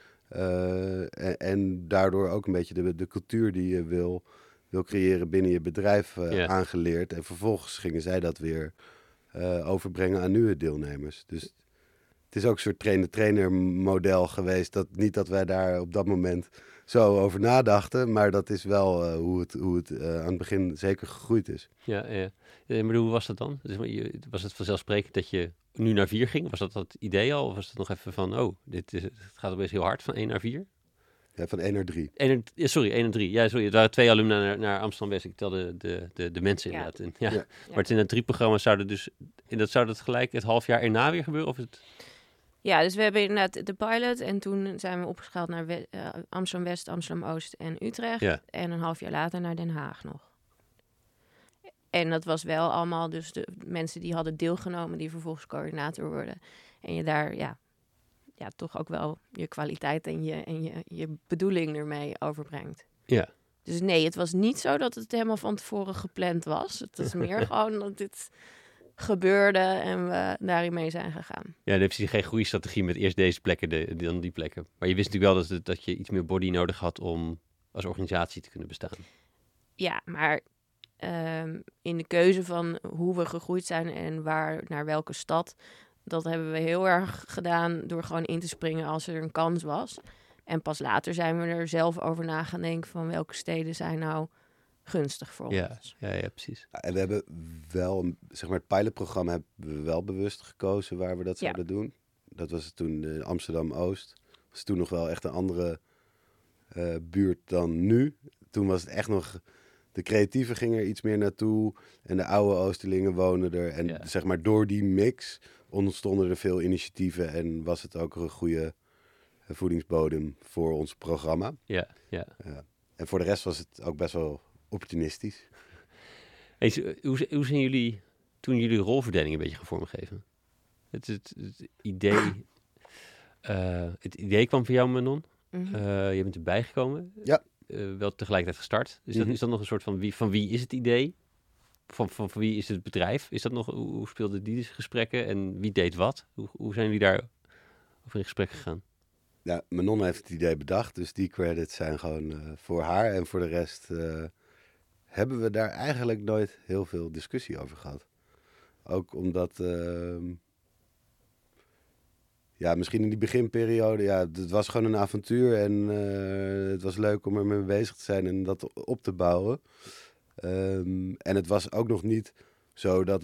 En daardoor ook een beetje de cultuur die je wil creëren binnen je bedrijf aangeleerd. En vervolgens gingen zij dat weer overbrengen aan nieuwe deelnemers. Dus het is ook een soort trainer-trainer model geweest. Niet dat wij daar op dat moment zo over nadachten, maar dat is wel hoe het aan het begin zeker gegroeid is. Ja. Maar hoe was dat dan? Was het vanzelfsprekend dat je nu naar 4 ging? Was dat het idee al? Of was het nog even van, het gaat opeens heel hard van 1 naar 4? Ja, van 1 naar 3. 1 en 3. Ja, sorry, het waren 2 alumni naar Amsterdam-West. Ik telde de mensen inderdaad. Ja. Maar het in het 3-programma zou dat gelijk het half jaar erna weer gebeuren? Of het... Ja, dus we hebben inderdaad de pilot en toen zijn we opgeschaald naar Amsterdam-West, Amsterdam-Oost en Utrecht. Ja. En een half jaar later naar Den Haag nog. En dat was wel allemaal dus de mensen die hadden deelgenomen die vervolgens coördinator worden. En je daar toch ook wel je kwaliteit en je bedoeling ermee overbrengt. Ja. Dus nee, het was niet zo dat het helemaal van tevoren gepland was. Het is meer gewoon dat dit gebeurde en we daarin mee zijn gegaan. Ja, dan heb je geen groeistrategie met eerst deze plekken dan die plekken. Maar je wist natuurlijk wel dat je iets meer body nodig had om als organisatie te kunnen bestaan. Ja, maar in de keuze van hoe we gegroeid zijn en naar welke stad, dat hebben we heel erg gedaan door gewoon in te springen als er een kans was. En pas later zijn we er zelf over na gaan denken van welke steden zijn nou gunstig voor ons. Ja, precies. En we hebben wel, zeg maar, het pilotprogramma hebben we wel bewust gekozen waar we dat zouden doen. Dat was toen Amsterdam-Oost. Dat was toen nog wel echt een andere buurt dan nu. Toen was het echt nog, de creatieven gingen er iets meer naartoe en de oude Oosterlingen wonen er. En zeg maar, door die mix ontstonden er veel initiatieven en was het ook een goede voedingsbodem voor ons programma. Ja. En voor de rest was het ook best wel opportunistisch. Hey, hoe zijn jullie, toen jullie rolverdeling een beetje gevormgegeven? Het idee kwam van jou, Manon. Mm-hmm. Je bent erbij gekomen. Ja. Wel tegelijkertijd gestart. Dus is dat nog een soort van wie is het idee? Van wie is het bedrijf? Is dat nog, hoe speelden die gesprekken en wie deed wat? Hoe zijn jullie daar over in gesprek gegaan? Ja, Manon heeft het idee bedacht, dus die credits zijn gewoon voor haar. En voor de rest hebben we daar eigenlijk nooit heel veel discussie over gehad. Ook omdat, misschien in die beginperiode, het was gewoon een avontuur en het was leuk om ermee bezig te zijn en dat op te bouwen. En het was ook nog niet zo dat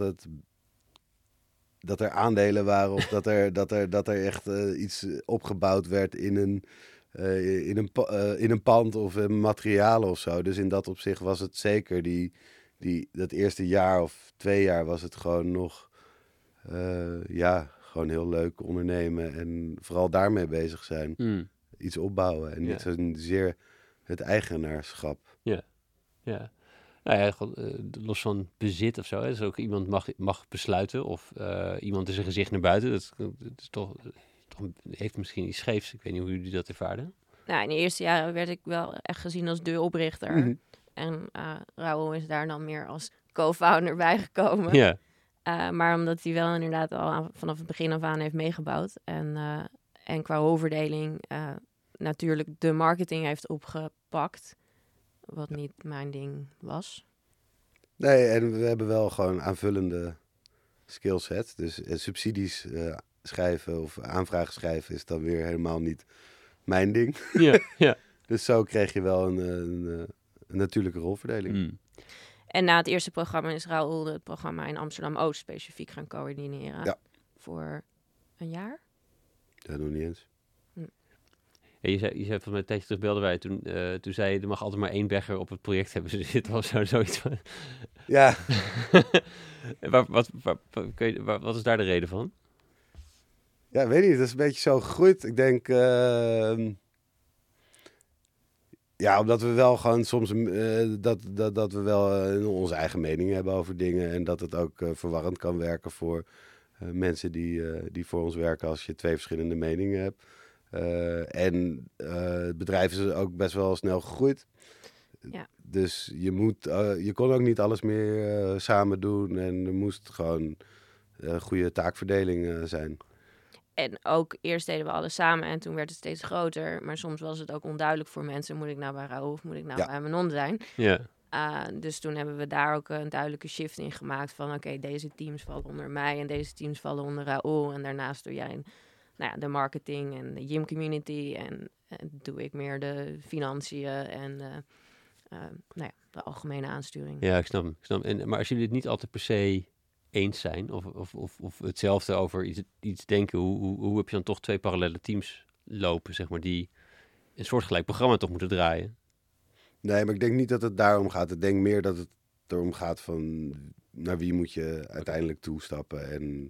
er aandelen waren of dat er echt iets opgebouwd werd in een pand of in materialen of zo. Dus in dat opzicht was het zeker dat eerste jaar of 2 jaar was het gewoon nog gewoon heel leuk ondernemen en vooral daarmee bezig zijn. Iets opbouwen en niet zozeer het eigenaarschap. Ja. Nou ja, los van bezit of zo. Hè. Dus ook iemand mag besluiten of iemand is zijn gezicht naar buiten. Dat is toch heeft misschien iets scheefs. Ik weet niet hoe jullie dat ervaren. Nou, in de eerste jaren werd ik wel echt gezien als de oprichter. Mhm. En Raoul is daar dan meer als co-founder bijgekomen. Ja. Maar omdat hij wel inderdaad al vanaf het begin af aan heeft meegebouwd. En qua rolverdeling natuurlijk de marketing heeft opgepakt. Wat niet mijn ding was. Nee, en we hebben wel gewoon aanvullende skillsets. Dus subsidies schrijven of aanvragen schrijven is dan weer helemaal niet mijn ding. Ja. Dus zo kreeg je wel een natuurlijke rolverdeling. Mm. En na het eerste programma is Raoul het programma in Amsterdam-Oost specifiek gaan coördineren. Ja. Voor een jaar. Dat nog niet eens. Ja, je zei volgens mij een tijdje terug belden wij toen zei je, er mag altijd maar 1 bagger op het project hebben. Dus dit was zoiets van... Ja, Wat is daar de reden van? ja, weet niet. Dat is een beetje zo gegroeid. Ik denk... ja, omdat we wel gewoon soms... dat we wel onze eigen mening hebben over dingen. En dat het ook verwarrend kan werken voor mensen die voor ons werken als je 2 verschillende meningen hebt. En het bedrijf is ook best wel snel gegroeid. Ja. Dus je kon ook niet alles meer samen doen. En er moest gewoon goede taakverdeling zijn. En ook eerst deden we alles samen en toen werd het steeds groter. Maar soms was het ook onduidelijk voor mensen. Moet ik nou bij Raoul of moet ik nou bij Manon zijn? Ja. Dus toen hebben we daar ook een duidelijke shift in gemaakt. Van oké, deze teams vallen onder mij en deze teams vallen onder Raoul. En daarnaast doe jij de marketing en de gym community. En doe ik meer de financiën en de algemene aansturing. Ja, ik snap. Maar als jullie het niet altijd per se eens zijn of hetzelfde over iets denken, hoe heb je dan toch 2 parallele teams lopen, zeg maar, die een soortgelijk programma toch moeten draaien? Nee, maar ik denk niet dat het daarom gaat. Ik denk meer dat het erom gaat van naar wie moet je uiteindelijk toestappen. En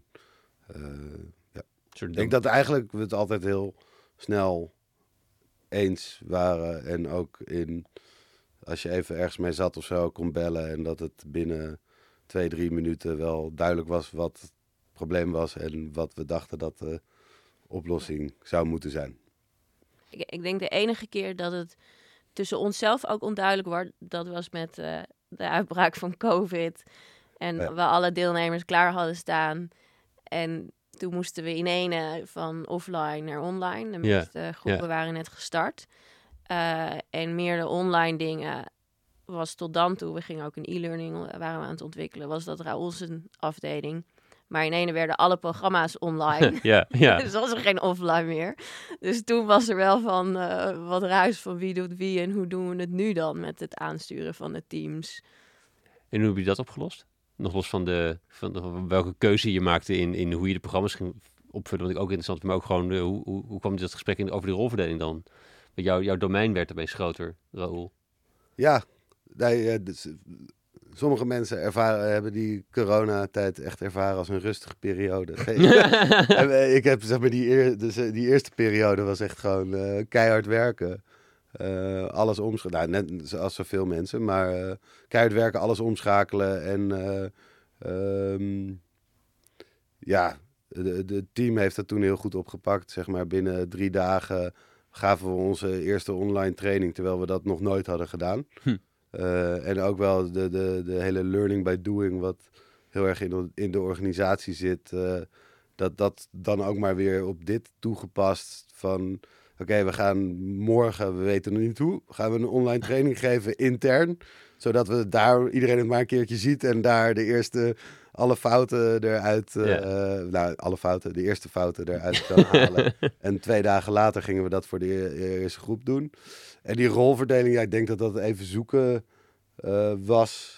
ik denk dat eigenlijk we het altijd heel snel eens waren. En ook als je even ergens mee zat of zo, kon bellen. En dat het binnen 2-3 minuten wel duidelijk was wat het probleem was. En wat we dachten dat de oplossing zou moeten zijn. Ik denk de enige keer dat het tussen onszelf ook onduidelijk wordt, dat was met de uitbraak van COVID. En we alle deelnemers klaar hadden staan. En toen moesten we in ene van offline naar online. De meeste groepen waren net gestart. En meer de online dingen was tot dan toe. We gingen ook een e-learning waren we aan het ontwikkelen. Was dat Raoul zijn afdeling. Maar in ene werden alle programma's online. Ja. Dus was er geen offline meer. Dus toen was er wel van wat ruis van wie doet wie en hoe doen we het nu dan met het aansturen van de teams. En hoe heb je dat opgelost? Nog los van welke keuze je maakte in hoe je de programma's ging opvullen. Wat ik ook interessant vind, maar ook gewoon hoe kwam dat gesprek over de rolverdeling dan? Want jouw domein werd opeens groter, Raoul. Ja, sommige mensen hebben die coronatijd echt ervaren als een rustige periode. Ik heb zeg maar die eerste periode was echt gewoon keihard werken. Alles omschakelen. Nou, net zoals zoveel mensen, maar keihard werken, alles omschakelen. En het team heeft dat toen heel goed opgepakt. Zeg maar binnen 3 dagen gaven we onze eerste online training, terwijl we dat nog nooit hadden gedaan. En ook wel de hele learning by doing, wat heel erg in de organisatie zit. Dat dan ook maar weer op dit toegepast van... Oké, we gaan morgen, we weten nog niet hoe, gaan we een online training geven intern. Zodat we daar iedereen het maar een keertje ziet en daar alle fouten eruit... de eerste fouten eruit kan halen. En 2 dagen later gingen we dat voor de eerste groep doen. En die rolverdeling, ik denk dat dat even zoeken was.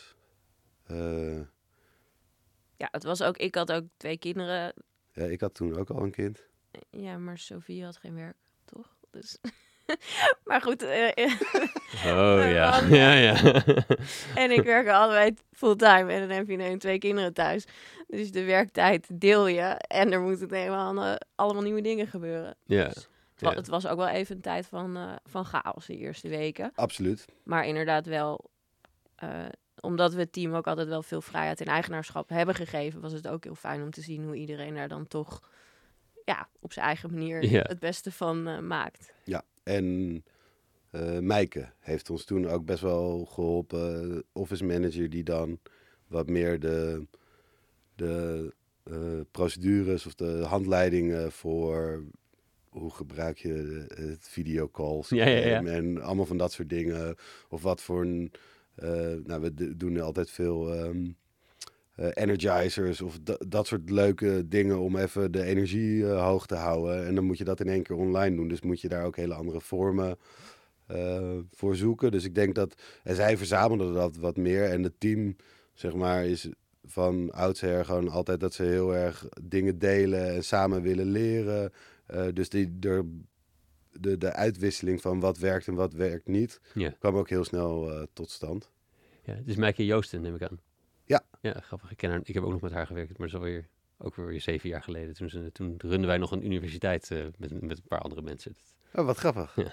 Ja, het was ook... Ik had ook 2 kinderen. Ja, ik had toen ook al een kind. Ja, maar Sophie had geen werk, toch? Dus... maar goed. Ja. En ik werk allebei fulltime en dan heb je ineens 2 kinderen thuis. Dus de werktijd deel je en er moeten allemaal nieuwe dingen gebeuren. Ja. Dus het was ook wel even een tijd van chaos de eerste weken. Absoluut. Maar inderdaad wel omdat we het team ook altijd wel veel vrijheid en eigenaarschap hebben gegeven, was het ook heel fijn om te zien hoe iedereen daar dan toch op zijn eigen manier het beste van maakt. Ja, en Meike heeft ons toen ook best wel geholpen. Office manager die dan wat meer de procedures of de handleidingen voor hoe gebruik je het videocalls en allemaal van dat soort dingen. Of wat voor een... we doen altijd veel energizers of dat soort leuke dingen om even de energie hoog te houden. En dan moet je dat in één keer online doen. Dus moet je daar ook hele andere vormen voor zoeken. Dus ik denk dat... En zij verzamelden dat wat meer. En het team, zeg maar, is van oudsher gewoon altijd dat ze heel erg dingen delen en samen willen leren. Dus de uitwisseling van wat werkt en wat werkt niet, kwam ook heel snel tot stand. Ja, het is Meike Joosten, neem ik aan. Ja. Ja, grappig. Ik heb ook nog met haar gewerkt, maar dat is ook weer 7 jaar geleden. Toen runden wij nog een universiteit met een paar andere mensen. Oh, wat grappig. Ja.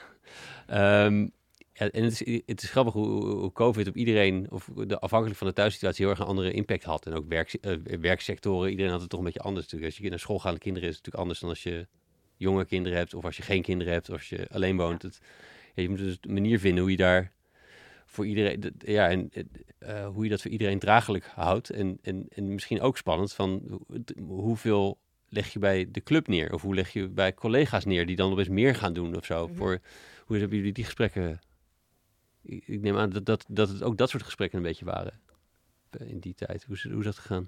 En het is grappig hoe COVID op iedereen, of afhankelijk van de thuissituatie, heel erg een andere impact had. En ook werksectoren, iedereen had het toch een beetje anders natuurlijk. Als je naar school gaande kinderen is het natuurlijk anders dan als je jonge kinderen hebt, of als je geen kinderen hebt, of als je alleen woont. Je moet dus een manier vinden hoe je daar voor iedereen, hoe je dat voor iedereen draaglijk houdt. En misschien ook spannend van hoeveel leg je bij de club neer? Of hoe leg je bij collega's neer die dan nog eens meer gaan doen of zo? Hoe hebben jullie die gesprekken? Ik neem aan dat het ook dat soort gesprekken een beetje waren in die tijd. Hoe is dat gegaan?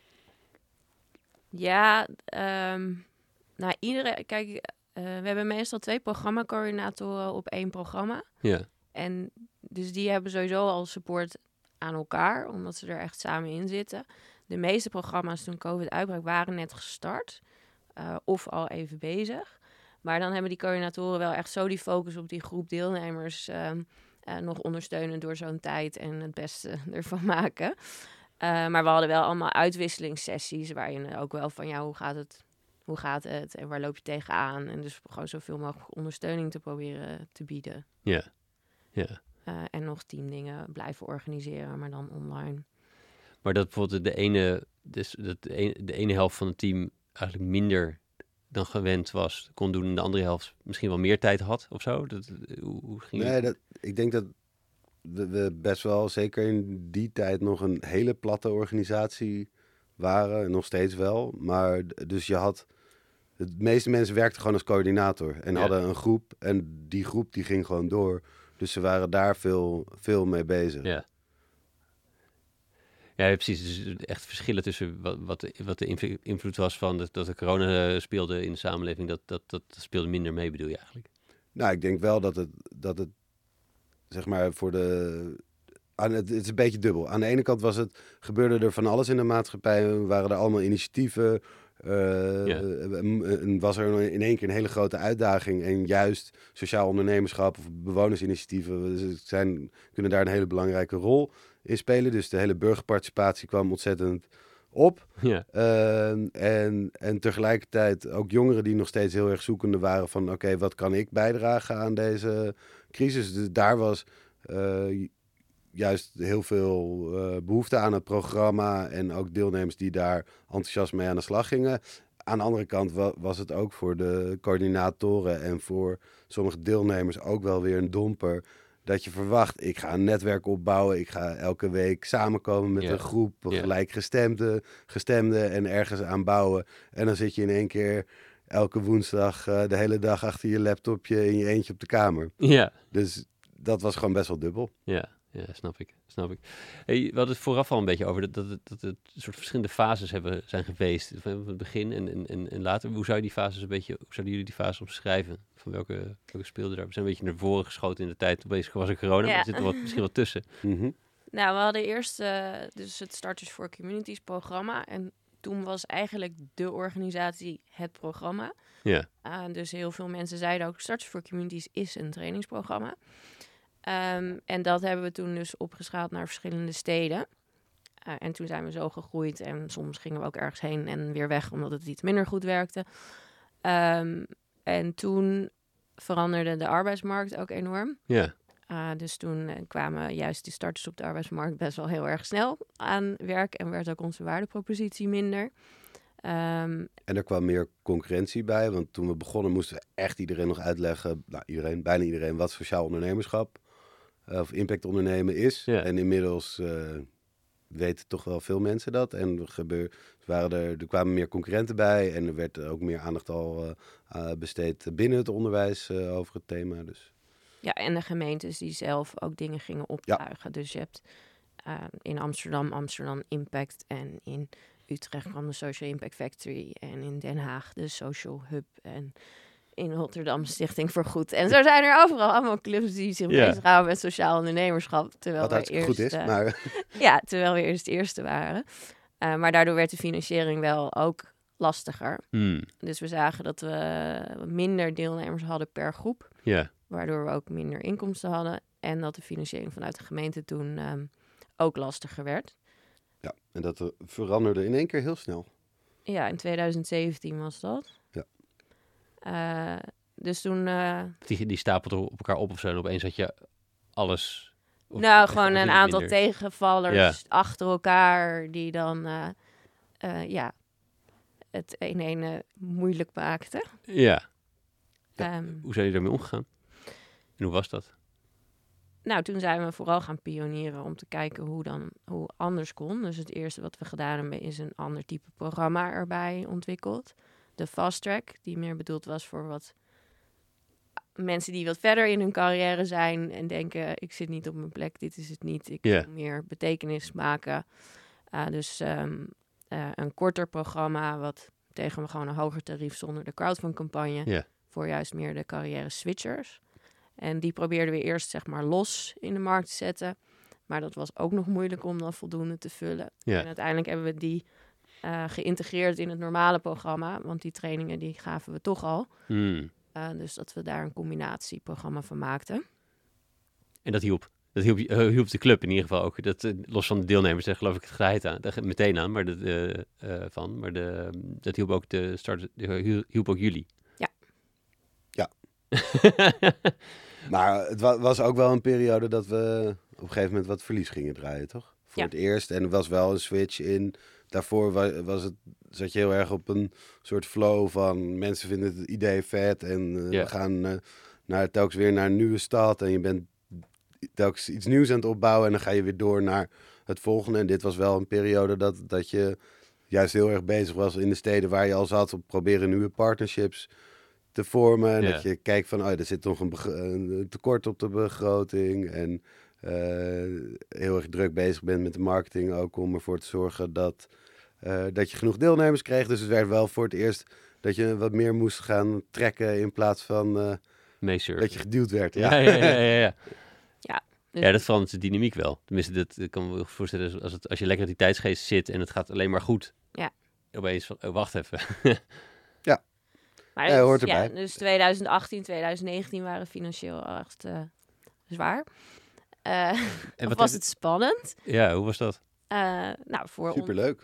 Ja, iedereen... Kijk, we hebben meestal 2 programmacoördinatoren op 1 programma. Ja. En dus die hebben sowieso al support aan elkaar, omdat ze er echt samen in zitten. De meeste programma's toen COVID uitbrak waren net gestart of al even bezig. Maar dan hebben die coördinatoren wel echt zo die focus op die groep deelnemers nog ondersteunen door zo'n tijd en het beste ervan maken. Maar we hadden wel allemaal uitwisselingssessies waarin ook wel van hoe gaat het en waar loop je tegenaan? En dus gewoon zoveel mogelijk ondersteuning te proberen te bieden. Ja. En nog teamdingen blijven organiseren, maar dan online. Maar dat bijvoorbeeld de ene helft van het team eigenlijk minder dan gewend was, kon doen en de andere helft misschien wel meer tijd had of zo? Hoe ging het? Ik denk dat we best wel, zeker in die tijd, nog een hele platte organisatie waren. Nog steeds wel. Maar dus de meeste mensen werkten gewoon als coördinator en hadden een groep. En die groep die ging gewoon door. Dus ze waren daar veel mee bezig. Ja. Ja, precies. Dus echt verschillen tussen wat de invloed was van dat de corona speelde in de samenleving, dat speelde minder mee, bedoel je eigenlijk? Nou, ik denk wel dat het zeg maar het is een beetje dubbel. Aan de ene kant gebeurde er van alles in de maatschappij. Waren er allemaal initiatieven. En was er in één keer een hele grote uitdaging. En juist sociaal ondernemerschap of bewonersinitiatieven kunnen daar een hele belangrijke rol in spelen. Dus de hele burgerparticipatie kwam ontzettend op. Ja. En tegelijkertijd ook jongeren die nog steeds heel erg zoekende waren van oké, wat kan ik bijdragen aan deze crisis? Dus daar was juist heel veel behoefte aan het programma en ook deelnemers die daar enthousiast mee aan de slag gingen. Aan de andere kant was het ook voor de coördinatoren en voor sommige deelnemers ook wel weer een domper. Dat je verwacht, ik ga een netwerk opbouwen. Ik ga elke week samenkomen met een groep gelijkgestemden en ergens aan bouwen. En dan zit je in één keer elke woensdag de hele dag achter je laptopje in je eentje op de kamer. Ja. Dus dat was gewoon best wel dubbel. Ja, snap ik. Hey, we hadden het vooraf al een beetje over dat het soort verschillende fases zijn geweest. Van het begin en later. Hoe zouden jullie die fases omschrijven? Van welke speelde daar? We zijn een beetje naar voren geschoten in de tijd. Opeens was er corona, maar er zit er misschien wat tussen. Mm-hmm. Nou, we hadden eerst dus het Starters for Communities programma. En toen was eigenlijk de organisatie het programma. Ja. Dus heel veel mensen zeiden ook, Starters for Communities is een trainingsprogramma. En dat hebben we toen dus opgeschaald naar verschillende steden. En toen zijn we zo gegroeid. En soms gingen we ook ergens heen en weer weg, omdat het iets minder goed werkte. En toen veranderde de arbeidsmarkt ook enorm. Ja. Dus toen kwamen juist die starters op de arbeidsmarkt best wel heel erg snel aan werk. En werd ook onze waardepropositie minder. En er kwam meer concurrentie bij. Want toen we begonnen moesten we echt iedereen nog uitleggen. Nou, bijna iedereen, wat sociaal ondernemerschap of impact ondernemen is. Ja. En inmiddels weten toch wel veel mensen dat. En er kwamen meer concurrenten bij. En er werd ook meer aandacht al besteed binnen het onderwijs over het thema. Dus. Ja, en de gemeentes die zelf ook dingen gingen optuigen. Ja. Dus je hebt in Amsterdam Impact en in Utrecht kwam de Social Impact Factory en in Den Haag de Social Hub en in Rotterdam Stichting voor Goed. En zo zijn er overal allemaal clubs die zich bezighouden met sociaal ondernemerschap. Terwijl wat eerst goed is, maar... Ja, terwijl we eerst de eerste waren. Maar daardoor werd de financiering wel ook lastiger. Dus we zagen dat we minder deelnemers hadden per groep. Ja. Waardoor we ook minder inkomsten hadden. En dat de financiering vanuit de gemeente toen ook lastiger werd. Ja, en dat veranderde in één keer heel snel. Ja, in 2017 was dat. Ja. Dus toen... Die stapelde op elkaar op of zo en opeens had je alles... gewoon een aantal tegenvallers achter elkaar die dan het een moeilijk maakten. Ja. Hoe zijn jullie daarmee omgegaan? En hoe was dat? Nou, toen zijn we vooral gaan pionieren om te kijken hoe anders kon. Dus het eerste wat we gedaan hebben is een ander type programma erbij ontwikkeld. De Fast Track, die meer bedoeld was voor wat mensen die wat verder in hun carrière zijn en denken, ik zit niet op mijn plek, dit is het niet. Ik wil meer betekenis maken. Dus een korter programma wat tegen gewoon een hoger tarief zonder de crowdfundcampagne. Voor juist meer de carrière switchers. En die probeerden we eerst zeg maar los in de markt te zetten. Maar dat was ook nog moeilijk om dan voldoende te vullen. En uiteindelijk hebben we die geïntegreerd in het normale programma. Want die trainingen die gaven we toch al. Dus dat we daar een combinatieprogramma van maakten. En dat hielp? Dat hielp de club in ieder geval ook. Dat, los van de deelnemers, daar geloof ik het geheid aan. Daar meteen aan, maar dat hielp ook hielp ook jullie. Ja. Maar het was ook wel een periode dat we op een gegeven moment wat verlies gingen draaien, toch? Voor het eerst. En er was wel een switch in. Daarvoor zat je heel erg op een soort flow van mensen vinden het idee vet. En we gaan telkens weer naar een nieuwe stad. En je bent telkens iets nieuws aan het opbouwen. En dan ga je weer door naar het volgende. En dit was wel een periode dat je juist heel erg bezig was in de steden waar je al zat. Op proberen nieuwe partnerships te vormen. En dat je kijkt van, er zit nog een tekort op de begroting. En heel erg druk bezig bent met de marketing ook om ervoor te zorgen dat je genoeg deelnemers kreeg. Dus het werd wel voor het eerst dat je wat meer moest gaan trekken in plaats van dat je geduwd werd. Ja. Dus ja, dat verandert de dynamiek wel. Tenminste, dat kan me voorstellen als je lekker in die tijdsgeest zit en het gaat alleen maar goed. Ja. Opeens van, wacht even. Maar hoort erbij. Dus 2018, 2019 waren financieel echt zwaar. En was het spannend? Ja, hoe was dat? Voor superleuk.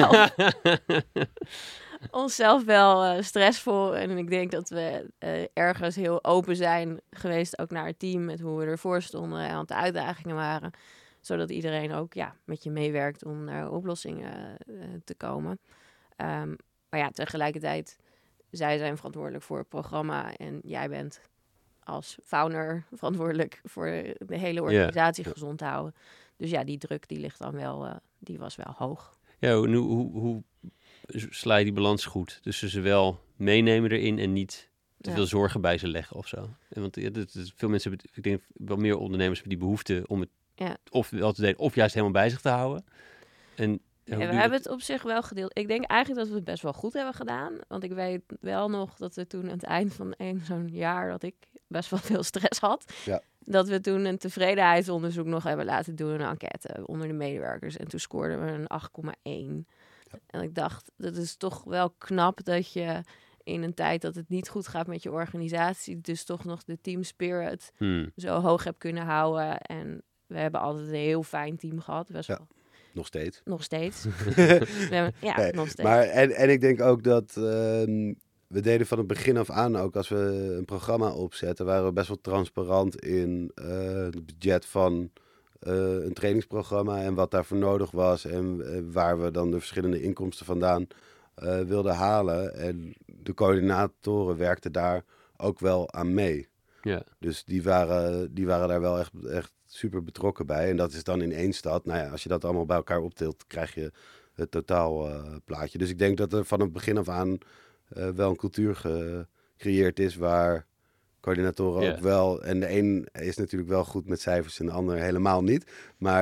Onszelf wel stressvol. En ik denk dat we ergens heel open zijn geweest, ook naar het team, met hoe we ervoor stonden en wat de uitdagingen waren. Zodat iedereen ook met je meewerkt om naar oplossingen te komen. Maar tegelijkertijd, zij zijn verantwoordelijk voor het programma en jij bent als founder verantwoordelijk voor de hele organisatie gezond te houden. Dus die druk die ligt dan wel, die was wel hoog. Ja, hoe sla je die balans goed? Dus ze wel meenemen erin en niet te veel zorgen bij ze leggen of zo. En want veel mensen hebben, ik denk wel meer ondernemers hebben die behoefte om het of wel te delen of juist helemaal bij zich te houden. En we hebben het op zich wel gedeeld. Ik denk eigenlijk dat we het best wel goed hebben gedaan. Want ik weet wel nog dat we toen aan het eind van zo'n jaar dat ik best wel veel stress had. Ja. Dat we toen een tevredenheidsonderzoek nog hebben laten doen, een enquête onder de medewerkers. En toen scoorden we een 8,1. Ja. En ik dacht, dat is toch wel knap dat je in een tijd dat het niet goed gaat met je organisatie, dus toch nog de team spirit zo hoog hebt kunnen houden. En we hebben altijd een heel fijn team gehad. Best wel. Nog steeds. Nog steeds. Nog steeds. Maar, en ik denk ook dat we deden van het begin af aan ook, als we een programma opzetten, waren we best wel transparant in het budget van een trainingsprogramma en wat daarvoor nodig was en waar we dan de verschillende inkomsten vandaan wilden halen. En de coördinatoren werkten daar ook wel aan mee. Ja. Dus die waren daar wel echt super betrokken bij. En dat is dan in één stad. Nou ja, als je dat allemaal bij elkaar optilt, krijg je het totaalplaatje. Dus ik denk dat er van het begin af aan wel een cultuur gecreëerd is waar coördinatoren ook wel... En de een is natuurlijk wel goed met cijfers en de ander helemaal niet. Maar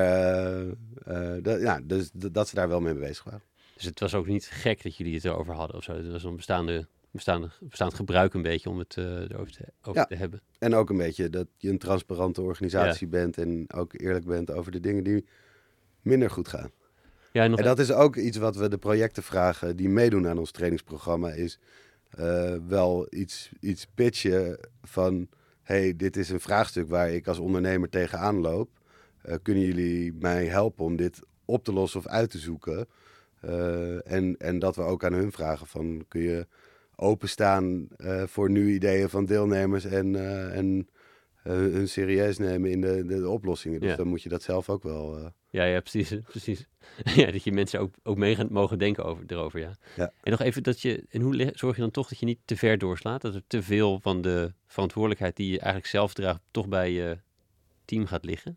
dus dat ze daar wel mee bezig waren. Dus het was ook niet gek dat jullie het erover hadden of zo. Het was een bestaand gebruik een beetje om het erover te hebben. En ook een beetje dat je een transparante organisatie bent en ook eerlijk bent over de dingen die minder goed gaan. Ja, en dat is ook iets wat we de projecten vragen die meedoen aan ons trainingsprogramma, is wel iets pitchen van, hey, dit is een vraagstuk waar ik als ondernemer tegenaan loop. Kunnen jullie mij helpen om dit op te lossen of uit te zoeken? En dat we ook aan hun vragen van, kun je openstaan voor nieuwe ideeën van deelnemers en hun serieus nemen in de oplossingen. Dus dan moet je dat zelf ook wel... Ja, precies. Ja, dat je mensen ook mee mogen denken erover, ja. En nog even en hoe zorg je dan toch dat je niet te ver doorslaat? Dat er te veel van de verantwoordelijkheid die je eigenlijk zelf draagt toch bij je team gaat liggen?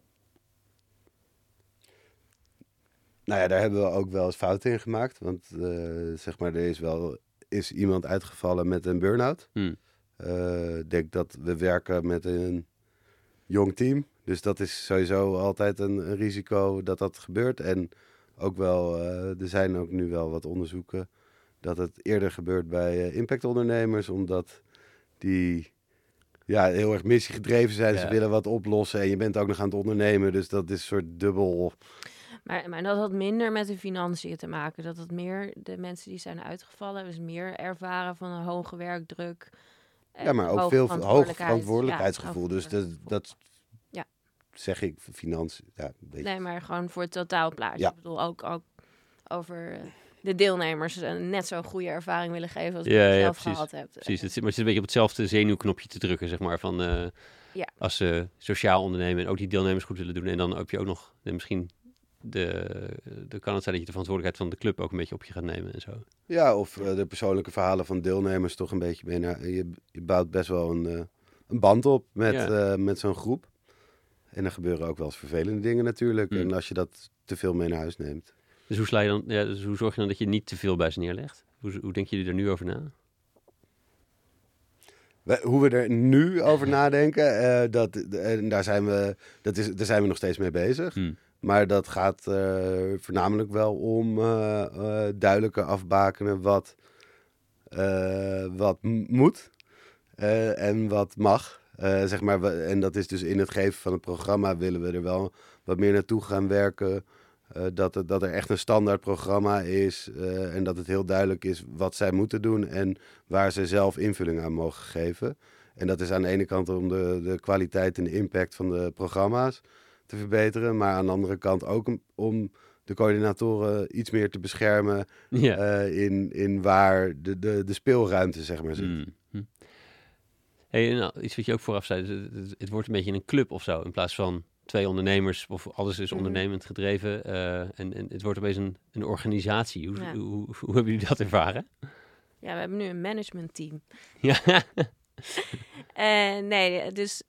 Nou ja, daar hebben we ook wel eens fouten in gemaakt. Want zeg maar, er is iemand uitgevallen met een burn-out. Ik denk dat we werken met een jong team. Dus dat is sowieso altijd een risico dat gebeurt. En ook wel, er zijn ook nu wel wat onderzoeken dat het eerder gebeurt bij impactondernemers. Omdat die heel erg missiegedreven zijn. Ze willen wat oplossen en je bent ook nog aan het ondernemen. Dus dat is een soort dubbel... Maar dat had minder met de financiën te maken. Dat het meer, de mensen die zijn uitgevallen, hebben ze meer ervaren van een hoge werkdruk. Ja, maar ook veel hoog verantwoordelijkheidsgevoel. Dus dat zeg ik, financiën. Ja, nee, maar gewoon voor het totaalplaatje. Ja. Ik bedoel, ook over de deelnemers net zo'n goede ervaring willen geven als je zelf gehad hebt. Precies, maar het zit een beetje op hetzelfde zenuwknopje te drukken, zeg maar. Van, als ze sociaal ondernemen en ook die deelnemers goed willen doen. En dan heb je ook nog misschien... Dan kan het zijn dat je de verantwoordelijkheid van de club ook een beetje op je gaat nemen en zo. Ja, of de persoonlijke verhalen van deelnemers toch een beetje mee naar... Je bouwt best wel een band op met zo'n groep. En er gebeuren ook wel eens vervelende dingen natuurlijk. En als je dat te veel mee naar huis neemt. Dus hoe zorg je dan dat je niet te veel bij ze neerlegt? Hoe denken jullie er nu over na? Hoe we er nu over nadenken, daar zijn we nog steeds mee bezig. Maar dat gaat voornamelijk wel om duidelijker afbakenen wat moet en wat mag. Zeg maar, en dat is dus in het geven van het programma willen we er wel wat meer naartoe gaan werken. Dat er echt een standaard programma is en dat het heel duidelijk is wat zij moeten doen en waar ze zelf invulling aan mogen geven. En dat is aan de ene kant om de kwaliteit en de impact van de programma's te verbeteren, maar aan de andere kant ook om de coördinatoren iets meer te beschermen in waar de speelruimte, zeg maar, zit. Hey, nou, iets wat je ook vooraf zei, het wordt een beetje een club of zo, in plaats van 2 ondernemers, of alles is ondernemend gedreven. En het wordt opeens een organisatie. Hoe hebben jullie dat ervaren? Ja, we hebben nu een managementteam. Ja. Dus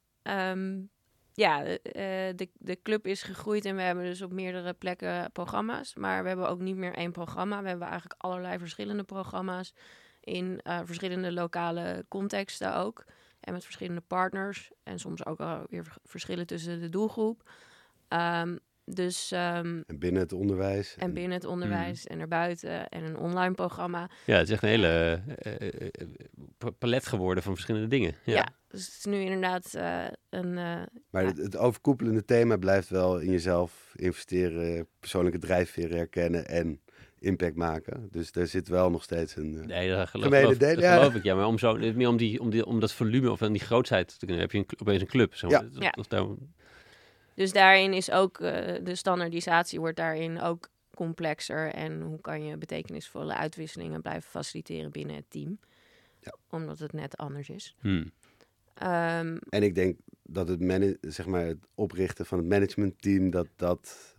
de club is gegroeid en we hebben dus op meerdere plekken programma's. Maar we hebben ook niet meer 1 programma. We hebben eigenlijk allerlei verschillende programma's in verschillende lokale contexten ook. En met verschillende partners. En soms ook weer verschillen tussen de doelgroep. En binnen het onderwijs. En binnen het onderwijs en erbuiten. En een online programma. Ja, het is echt een hele palet geworden van verschillende dingen. Ja, dus het is nu inderdaad Maar het overkoepelende thema blijft wel in jezelf investeren. Persoonlijke drijfveer herkennen en impact maken. Dus daar zit wel nog steeds een dat geloof ik. Ja, maar om dat volume of aan die grootheid te kunnen, heb je opeens een club. Zo. Dus daarin is ook de standaardisatie wordt daarin ook complexer. En hoe kan je betekenisvolle uitwisselingen blijven faciliteren binnen het team? Ja. Omdat het net anders is. En ik denk dat het oprichten van het managementteam, dat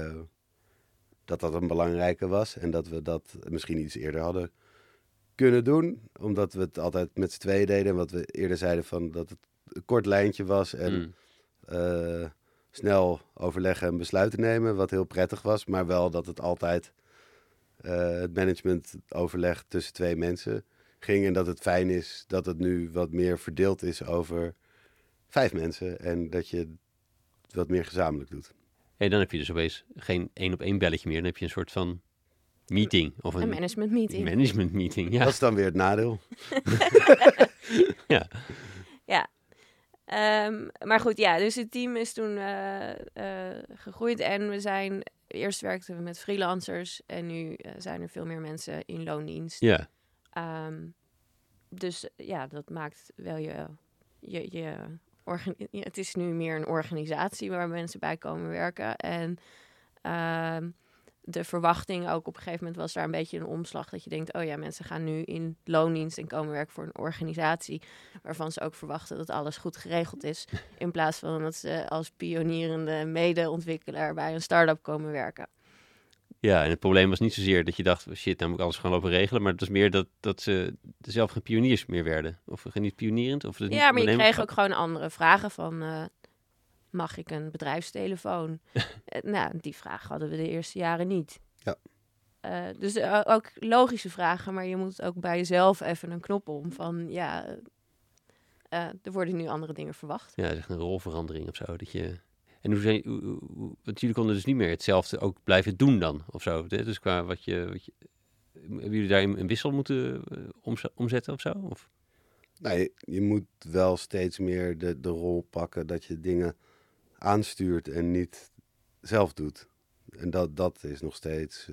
een belangrijke was. En dat we dat misschien iets eerder hadden kunnen doen. Omdat we het altijd met z'n tweeën deden. En wat we eerder zeiden van dat het een kort lijntje was. En snel overleggen en besluiten nemen. Wat heel prettig was. Maar wel dat het altijd het managementoverleg tussen 2 mensen ging. En dat het fijn is dat het nu wat meer verdeeld is over 5 mensen. En dat je het wat meer gezamenlijk doet. Hey, dan heb je dus opeens geen 1-op-1 belletje meer. Dan heb je een soort van meeting. Of Een management meeting. Management meeting, ja. Dat is dan weer het nadeel. Ja. Ja. Maar goed, ja, dus het team is toen gegroeid en eerst werkten we met freelancers en nu zijn er veel meer mensen in loondienst. Ja. Dus ja, dat maakt wel het is nu meer een organisatie waar mensen bij komen werken. En de verwachting ook op een gegeven moment was daar een beetje een omslag. Dat je denkt, oh ja, mensen gaan nu in loondienst en komen werken voor een organisatie waarvan ze ook verwachten dat alles goed geregeld is. In plaats van dat ze als pionierende medeontwikkelaar bij een start-up komen werken. Ja, en het probleem was niet zozeer dat je dacht, shit, nou moet ik alles gaan lopen regelen. Maar het was meer dat ze zelf geen pioniers meer werden. Of niet pionierend. Of het Ja, maar je kreeg ook gewoon andere vragen van, mag ik een bedrijfstelefoon? Nou, die vraag hadden we de eerste jaren niet. Ja. Dus ook logische vragen, maar je moet ook bij jezelf even een knop om van, ja, er worden nu andere dingen verwacht. Ja, zeg een rolverandering of zo. En want jullie konden dus niet meer hetzelfde ook blijven doen dan, of zo. Dus qua wat je hebben jullie daar een wissel moeten omzetten of zo? Of? Nee, je moet wel steeds meer de rol pakken dat je dingen aanstuurt en niet zelf doet. En dat is nog steeds...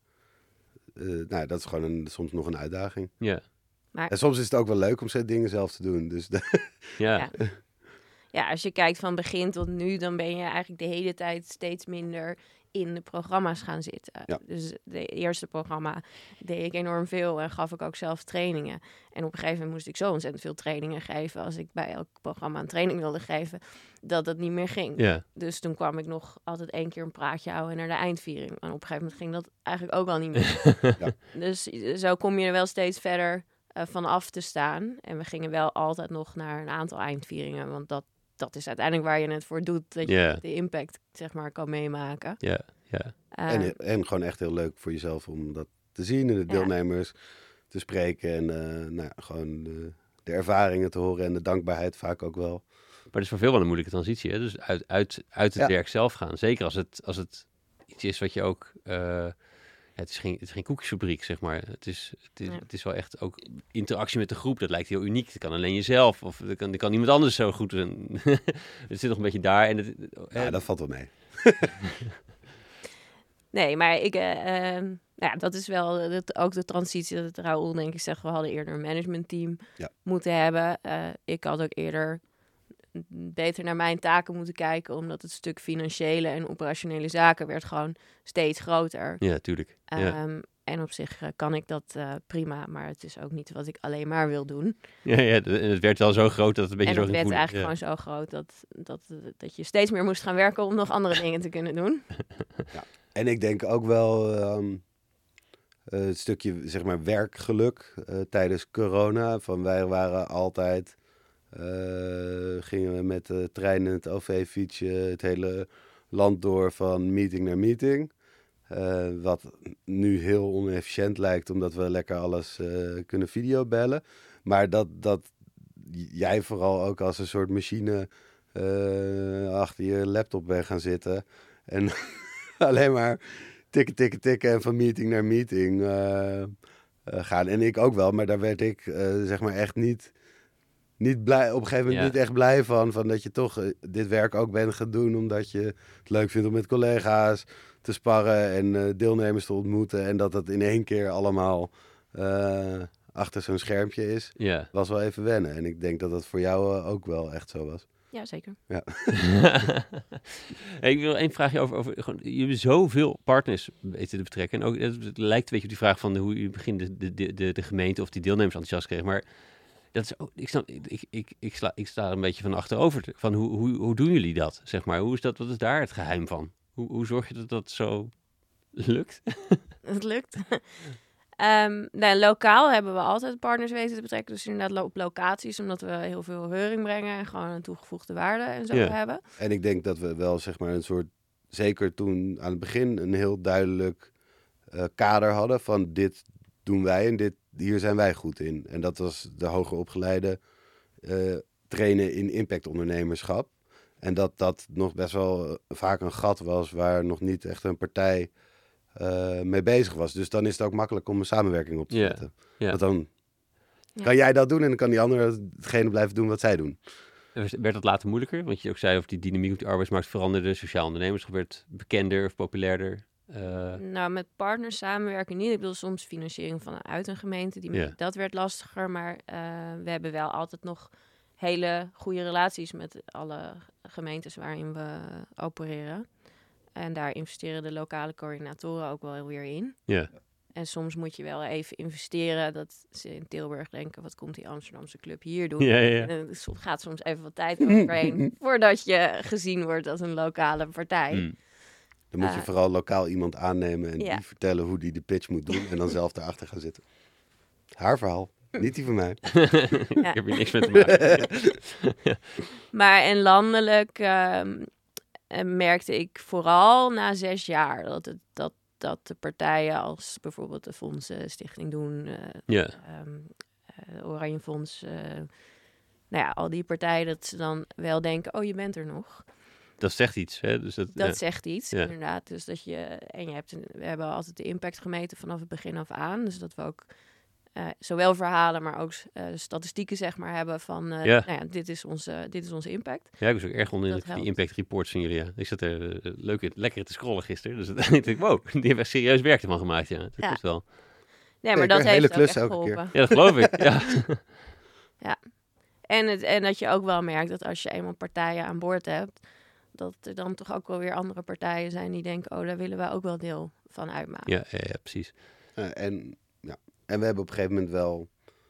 dat is gewoon soms nog een uitdaging. Ja. Maar, en soms is het ook wel leuk om dingen zelf te doen. Dus Ja. Ja, als je kijkt van begin tot nu, dan ben je eigenlijk de hele tijd steeds minder in de programma's gaan zitten. Ja. Dus de eerste programma deed ik enorm veel en gaf ik ook zelf trainingen. En op een gegeven moment moest ik zo ontzettend veel trainingen geven als ik bij elk programma een training wilde geven, dat het niet meer ging. Ja. Dus toen kwam ik nog altijd 1 keer een praatje houden naar de eindviering. En op een gegeven moment ging dat eigenlijk ook al niet meer. Ja. Dus zo kom je er wel steeds verder vanaf te staan. En we gingen wel altijd nog naar een aantal eindvieringen, want dat is uiteindelijk waar je het voor doet, dat je de impact, zeg maar, kan meemaken. Ja, ja. En gewoon echt heel leuk voor jezelf om dat te zien en de deelnemers te spreken en gewoon de ervaringen te horen en de dankbaarheid vaak ook wel. Maar het is voor veel wel een moeilijke transitie, hè? Dus uit het werk zelf gaan. Zeker als het iets is wat je ook... het is geen koekjesfabriek, zeg maar. Het is wel echt ook interactie met de groep. Dat lijkt heel uniek. Dat kan alleen jezelf. Of dat kan niemand anders zo goed. Het zit nog een beetje daar. En dat valt wel mee. Nee, maar dat is wel ook de transitie. Dat Raoul, denk ik, zegt, we hadden eerder een managementteam moeten hebben. Ik had ook eerder beter naar mijn taken moeten kijken, omdat het stuk financiële en operationele zaken werd gewoon steeds groter. Ja, tuurlijk. En op zich kan ik dat prima, maar het is ook niet wat ik alleen maar wil doen. Ja, en het werd wel zo groot dat het een beetje zo ging voelen. En het werd eigenlijk gewoon zo groot dat je steeds meer moest gaan werken om nog andere dingen te kunnen doen. Ja. En ik denk ook wel het stukje, zeg maar, werkgeluk tijdens corona. Van wij waren altijd... gingen we met de trein en het OV-fietsje het hele land door van meeting naar meeting. Wat nu heel onefficiënt lijkt, omdat we lekker alles kunnen videobellen. Maar dat jij vooral ook als een soort machine achter je laptop bent gaan zitten. En alleen maar tikken en van meeting naar meeting gaan. En ik ook wel, maar daar werd ik zeg maar echt niet blij, op een gegeven moment niet echt blij van dat je toch dit werk ook bent gaan doen, omdat je het leuk vindt om met collega's te sparren en deelnemers te ontmoeten en dat het in één keer allemaal achter zo'n schermpje is, was wel even wennen. En ik denk dat dat voor jou ook wel echt zo was. Ja, zeker. Ja. Hey, ik wil één vraagje over gewoon, jullie hebben zoveel partners weten te betrekken. En ook, het lijkt een beetje op die vraag van hoe je in het begin de gemeente of die deelnemers enthousiast kreeg. Maar dat is ook, ik sta er een beetje van achterover. Van hoe doen jullie dat, zeg maar? Hoe is dat, wat is daar het geheim van? Hoe zorg je dat dat zo lukt? Het lukt. Lokaal hebben we altijd partners weten te betrekken. Dus inderdaad op locaties, omdat we heel veel reuring brengen en gewoon een toegevoegde waarde en zo hebben. En ik denk dat we wel zeg maar een soort, zeker toen aan het begin, een heel duidelijk kader hadden van dit doen wij en hier zijn wij goed in. En dat was de hoger opgeleide trainen in impactondernemerschap. En dat nog best wel vaak een gat was waar nog niet echt een partij mee bezig was. Dus dan is het ook makkelijk om een samenwerking op te zetten. Ja. Want dan kan jij dat doen en dan kan die andere hetgene blijven doen wat zij doen. Werd dat later moeilijker? Want je ook zei of die dynamiek op de arbeidsmarkt veranderde. Sociaal ondernemerschap werd bekender of populairder. Met partners samenwerken niet. Ik bedoel, soms financiering vanuit een gemeente. Dat werd lastiger. Maar we hebben wel altijd nog hele goede relaties met alle gemeentes waarin we opereren. En daar investeren de lokale coördinatoren ook wel weer in. Ja. En soms moet je wel even investeren. Dat ze in Tilburg denken, wat komt die Amsterdamse club hier doen? Ja. En er gaat soms even wat tijd overheen voordat je gezien wordt als een lokale partij. Dan moet je vooral lokaal iemand aannemen en die vertellen hoe die de pitch moet doen. En dan zelf daarachter gaan zitten. Haar verhaal, niet die van mij. Ik heb hier niks mee te maken. Maar en landelijk merkte ik vooral na 6 jaar dat de partijen als bijvoorbeeld de fondsen, Stichting Doen, Oranje Fonds, al die partijen, dat ze dan wel denken, oh, je bent er nog. Dat zegt iets, hè? Dus dat zegt iets, inderdaad. Dus dat we hebben altijd de impact gemeten vanaf het begin af aan. Dus dat we ook zowel verhalen, maar ook statistieken zeg maar hebben van dit is onze impact. Ja, ik was ook erg onder die impact reports van jullie. Ja. Ik zat er lekker te scrollen gisteren. Dus ik dacht, wow, die hebben echt serieus werk ervan gemaakt. Ja, dat is wel. Nee, maar dat heeft ook echt geholpen. Ja, dat geloof ik. Ja. Ja. En dat je ook wel merkt dat als je eenmaal partijen aan boord hebt, dat er dan toch ook wel weer andere partijen zijn die denken, oh, daar willen wij ook wel deel van uitmaken. Ja, precies. En we hebben op een gegeven moment wel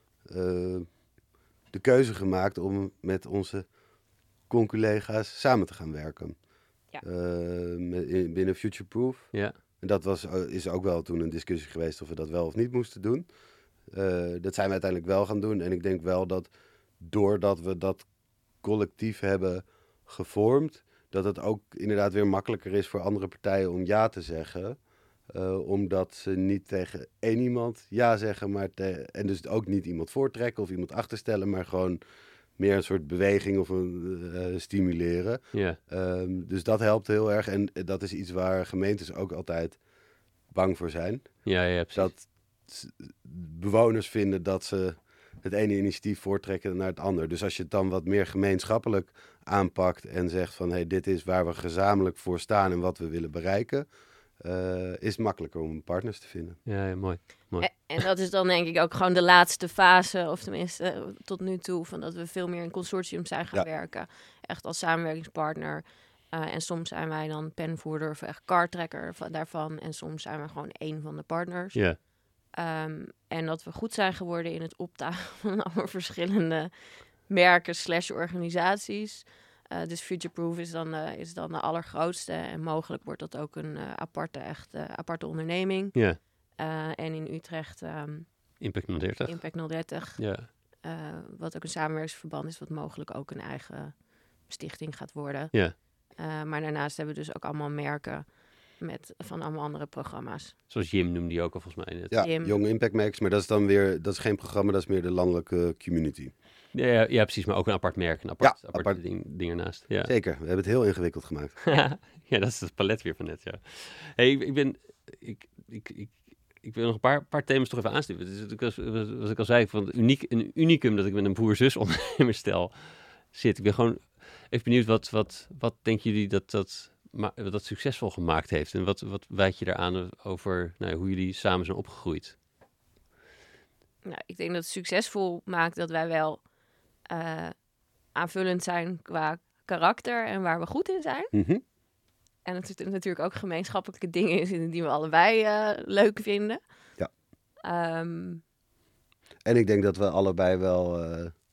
de keuze gemaakt om met onze conculega's samen te gaan werken. Ja. Binnen Futureproof. Ja. En dat is ook wel toen een discussie geweest of we dat wel of niet moesten doen. Dat zijn we uiteindelijk wel gaan doen. En ik denk wel dat doordat we dat collectief hebben gevormd, dat het ook inderdaad weer makkelijker is voor andere partijen om ja te zeggen. Omdat ze niet tegen één iemand ja zeggen, en dus ook niet iemand voortrekken of iemand achterstellen, maar gewoon meer een soort beweging of stimuleren. Ja. Dus dat helpt heel erg. En dat is iets waar gemeentes ook altijd bang voor zijn. Ja, precies. Dat bewoners vinden dat ze het ene initiatief voortrekken naar het ander. Dus als je het dan wat meer gemeenschappelijk aanpakt en zegt van hey, dit is waar we gezamenlijk voor staan en wat we willen bereiken, is het makkelijker om partners te vinden. Ja, mooi. En dat is dan denk ik ook gewoon de laatste fase, of tenminste tot nu toe, van dat we veel meer in consortium zijn gaan werken. Echt als samenwerkingspartner. En soms zijn wij dan penvoerder of echt kartrekker daarvan. En soms zijn we gewoon één van de partners. Ja. En dat we goed zijn geworden in het optuigen van allemaal verschillende merken / organisaties. Dus Futureproof is dan de allergrootste. En mogelijk wordt dat ook een aparte onderneming. Ja. En in Utrecht Impact 030. Impact 030. Ja. Wat ook een samenwerkingsverband is, wat mogelijk ook een eigen stichting gaat worden. Ja. Maar daarnaast hebben we dus ook allemaal merken van allemaal andere programma's. Zoals Jim noemde die ook al volgens mij net. Ja, Young Impact Makers, maar dat is dan weer, dat is geen programma, dat is meer de landelijke community. Ja, precies, maar ook een apart merk, een apart ding ernaast. Ja. Zeker, we hebben het heel ingewikkeld gemaakt. Ja, dat is het palet weer van net, ja. Hey, ik wil nog een paar thema's toch even aanstippen. Dus wat ik al zei, van een unicum dat ik met een broer-zus ondernemerstel zit. Ik ben gewoon even benieuwd, wat denken jullie dat succesvol gemaakt heeft? En wat wijd je daaraan over hoe jullie samen zijn opgegroeid? Nou, ik denk dat het succesvol maakt dat wij wel aanvullend zijn qua karakter en waar we goed in zijn. Mhm. En het natuurlijk ook gemeenschappelijke dingen in die we allebei leuk vinden. Ja. Ehm, En ik denk dat we allebei wel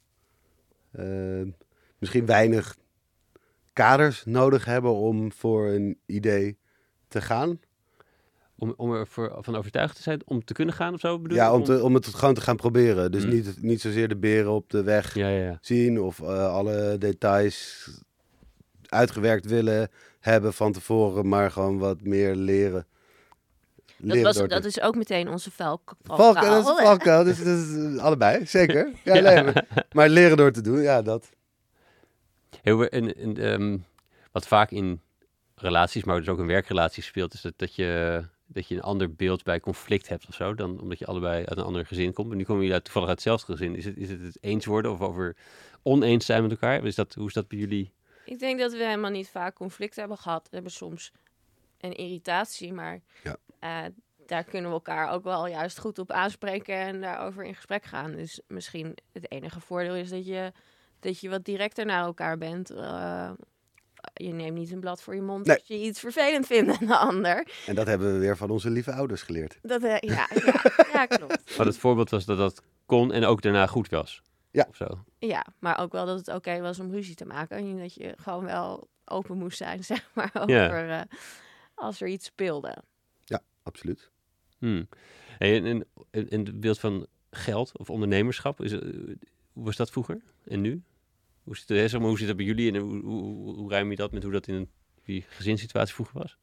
misschien weinig kaders nodig hebben om voor een idee te gaan. Om er van overtuigd te zijn, om te kunnen gaan of zo? Bedoel je? Ja, om het gewoon te gaan proberen. Dus niet zozeer de beren op de weg Ja. zien of alle details uitgewerkt willen hebben van tevoren, maar gewoon wat meer leren. Dat is ook meteen onze Valkuil, dat is een valkuil, dus dat is allebei, zeker. Ja, nee, maar leren door te doen, ja, dat. Wat vaak in relaties, maar dus ook in werkrelaties speelt, is dat je een ander beeld bij conflict hebt of zo, dan omdat je allebei uit een ander gezin komt. En nu komen jullie toevallig uit hetzelfde gezin. Is het eens worden of over oneens zijn met elkaar? Hoe is dat bij jullie? Ik denk dat we helemaal niet vaak conflict hebben gehad. We hebben soms een irritatie, maar daar kunnen we elkaar ook wel juist goed op aanspreken en daarover in gesprek gaan. Dus misschien het enige voordeel is dat je wat directer naar elkaar bent. Je neemt niet een blad voor je mond als je iets vervelend vindt aan de ander. En dat hebben we weer van onze lieve ouders geleerd. Ja, klopt. Maar het voorbeeld was dat kon en ook daarna goed was. Ja. Of zo. Ja, maar ook wel dat het oké was om ruzie te maken. En dat je gewoon wel open moest zijn, zeg maar, over als er iets speelde. Ja, absoluut. En het beeld van geld of ondernemerschap, hoe was dat vroeger en nu? Hoe zit dat bij jullie en hoe ruim je dat met hoe dat in die gezinssituatie vroeger was?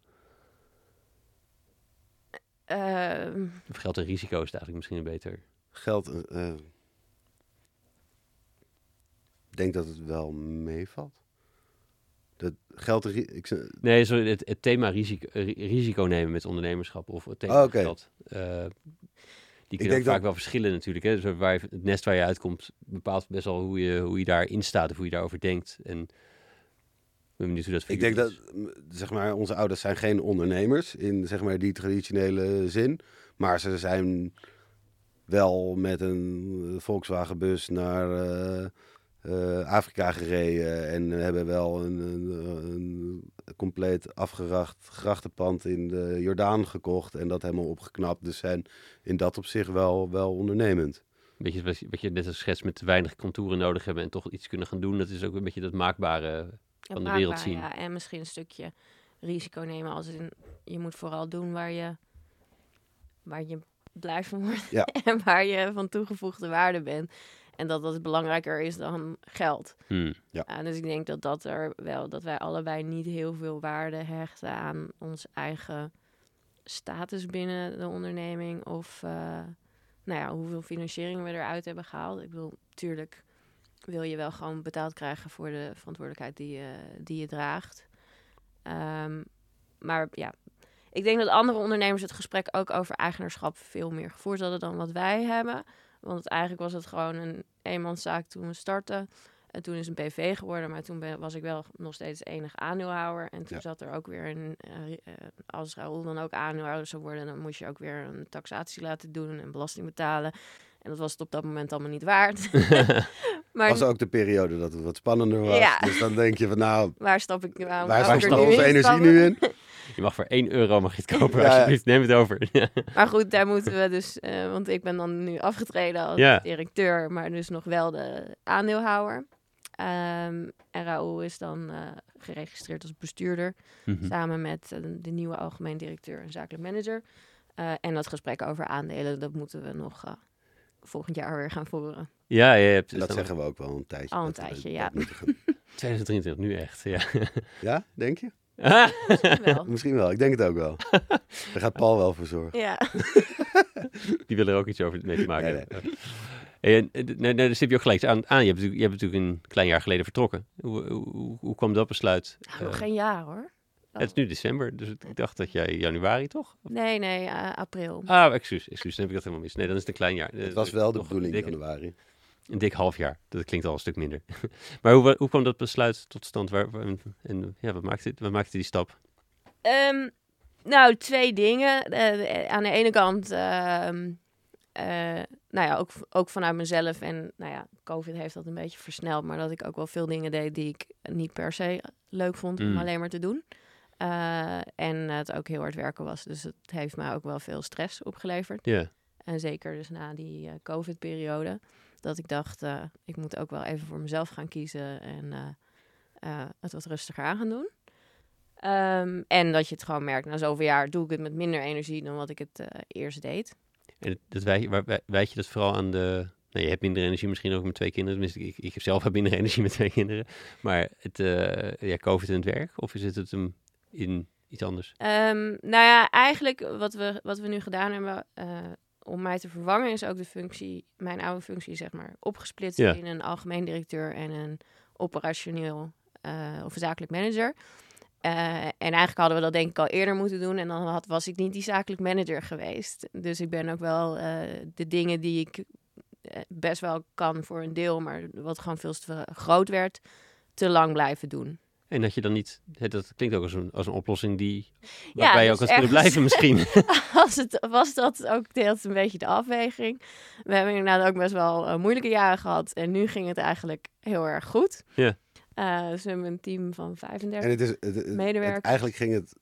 Of geld en risico is het eigenlijk misschien een beter. Geld, ik denk dat het wel meevalt. Dat geld, Nee, het thema risico nemen met ondernemerschap of het thema geld. Die kunnen ook vaak wel verschillen natuurlijk. Hè? Dus het nest waar je uitkomt bepaalt best wel hoe je daarin staat of hoe je daarover denkt. En ik ben benieuwd hoe dat voor ik denk jullie dat, zeg maar, onze ouders zijn geen ondernemers in, zeg maar, die traditionele zin. Maar ze zijn wel met een Volkswagenbus naar Afrika gereden en hebben wel een compleet afgeracht grachtenpand in de Jordaan gekocht en dat helemaal opgeknapt. Dus zijn in dat opzicht wel ondernemend. Een beetje wat je net als schets met weinig contouren nodig hebben en toch iets kunnen gaan doen. Dat is ook een beetje dat maakbare van de wereld zien. Ja, en misschien een stukje risico nemen als je moet vooral doen waar je blij van wordt en waar je van toegevoegde waarde bent. En dat belangrijker is dan geld. Ja. Dus ik denk dat wij allebei niet heel veel waarde hechten aan ons eigen status binnen de onderneming. Of hoeveel financiering we eruit hebben gehaald. Ik bedoel, natuurlijk wil je wel gewoon betaald krijgen voor de verantwoordelijkheid die je draagt. Maar ja, ik denk dat andere ondernemers het gesprek ook over eigenaarschap veel meer gevoerd hadden dan wat wij hebben. Want eigenlijk was het gewoon een eenmanszaak toen we startten. En toen is het een BV geworden, maar toen was ik wel nog steeds enig aandeelhouder. En toen zat er ook weer als Raoul dan ook aandeelhouder zou worden, dan moest je ook weer een taxatie laten doen en belasting betalen. En dat was het op dat moment allemaal niet waard. Maar was ook de periode dat het wat spannender was. Ja. Dus dan denk je van nou, waar stop ik waar stop onze energie nu in? Je mag voor €1 mag je het kopen, alsjeblieft, neem het over. Maar goed, daar moeten we dus, want ik ben dan nu afgetreden als directeur, maar dus nog wel de aandeelhouder. En Raoul is dan geregistreerd als bestuurder, samen met de nieuwe algemeen directeur en zakelijk manager. En dat gesprek over aandelen, dat moeten we nog volgend jaar weer gaan voeren. Ja, dat zeggen we ook wel een tijdje. Al een tijdje, ja. 2023, nu echt, ja. Ja, denk je? Misschien wel. Misschien wel, ik denk het ook wel. Daar gaat Paul wel voor zorgen. Ja. Die willen er ook iets over mee te maken. Nee. Dus heb je ook gelijk aan. Je hebt natuurlijk een klein jaar geleden vertrokken. Hoe kwam dat besluit? Nog geen jaar hoor. Het is nu december, dus ik dacht dat jij januari toch? Nee, april. Excuus, dan heb ik dat helemaal mis. Nee, dan is het een klein jaar. Het was wel de bedoeling, januari. Een dik half jaar. Dat klinkt al een stuk minder. Maar hoe kwam dat besluit tot stand? Wat maakte die stap? Nou, 2 dingen. Aan de ene kant nou ja, ook vanuit mezelf. En nou ja, COVID heeft dat een beetje versneld. Maar dat ik ook wel veel dingen deed die ik niet per se leuk vond om alleen maar te doen. En het ook heel hard werken was. Dus het heeft mij ook wel veel stress opgeleverd. Ja. En zeker dus na die COVID-periode. Dat ik dacht, ik moet ook wel even voor mezelf gaan kiezen. En het wat rustiger aan gaan doen. En dat je het gewoon merkt, na zoveel jaar doe ik het met minder energie dan wat ik het eerst deed. En wijd je dat vooral aan de... Nou, je hebt minder energie misschien ook met 2 kinderen. Tenminste, ik zelf heb minder energie met 2 kinderen. Maar COVID en het werk? Of is het hem in iets anders? Nou ja, eigenlijk wat we nu gedaan hebben om mij te vervangen... is ook de functie, mijn oude functie zeg maar, opgesplitst in een algemeen directeur... en een operationeel of zakelijk manager... en eigenlijk hadden we dat denk ik al eerder moeten doen. En dan was ik niet die zakelijk manager geweest. Dus ik ben ook wel de dingen die ik best wel kan voor een deel... maar wat gewoon veel te groot werd, te lang blijven doen. En dat je dan niet... Dat klinkt ook als een oplossing waarbij je ook dus had kunnen blijven misschien. Was dat ook deels een beetje de afweging. We hebben inderdaad ook best wel moeilijke jaren gehad. En nu ging het eigenlijk heel erg goed. Ja. Dus we hebben een team van 35 en medewerkers. Eigenlijk ging het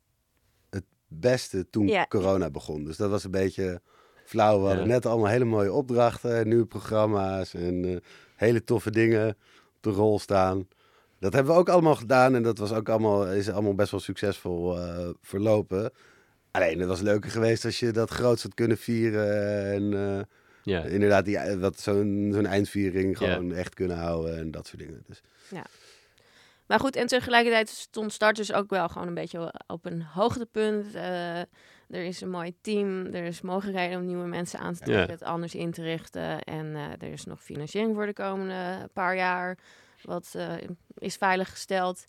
beste toen corona begon. Dus dat was een beetje flauw. We hadden net allemaal hele mooie opdrachten, nieuwe programma's en hele toffe dingen op de rol staan. Dat hebben we ook allemaal gedaan en dat is allemaal best wel succesvol verlopen. Alleen, het was leuker geweest als je dat groots had kunnen vieren en inderdaad zo'n eindviering gewoon echt kunnen houden en dat soort dingen. Dus. Ja. Maar goed, en tegelijkertijd stond Starters ook wel gewoon een beetje op een hoogtepunt. Er is een mooi team, er is mogelijkheden om nieuwe mensen aan te trekken, het anders in te richten. En er is nog financiering voor de komende paar jaar, wat is veiliggesteld.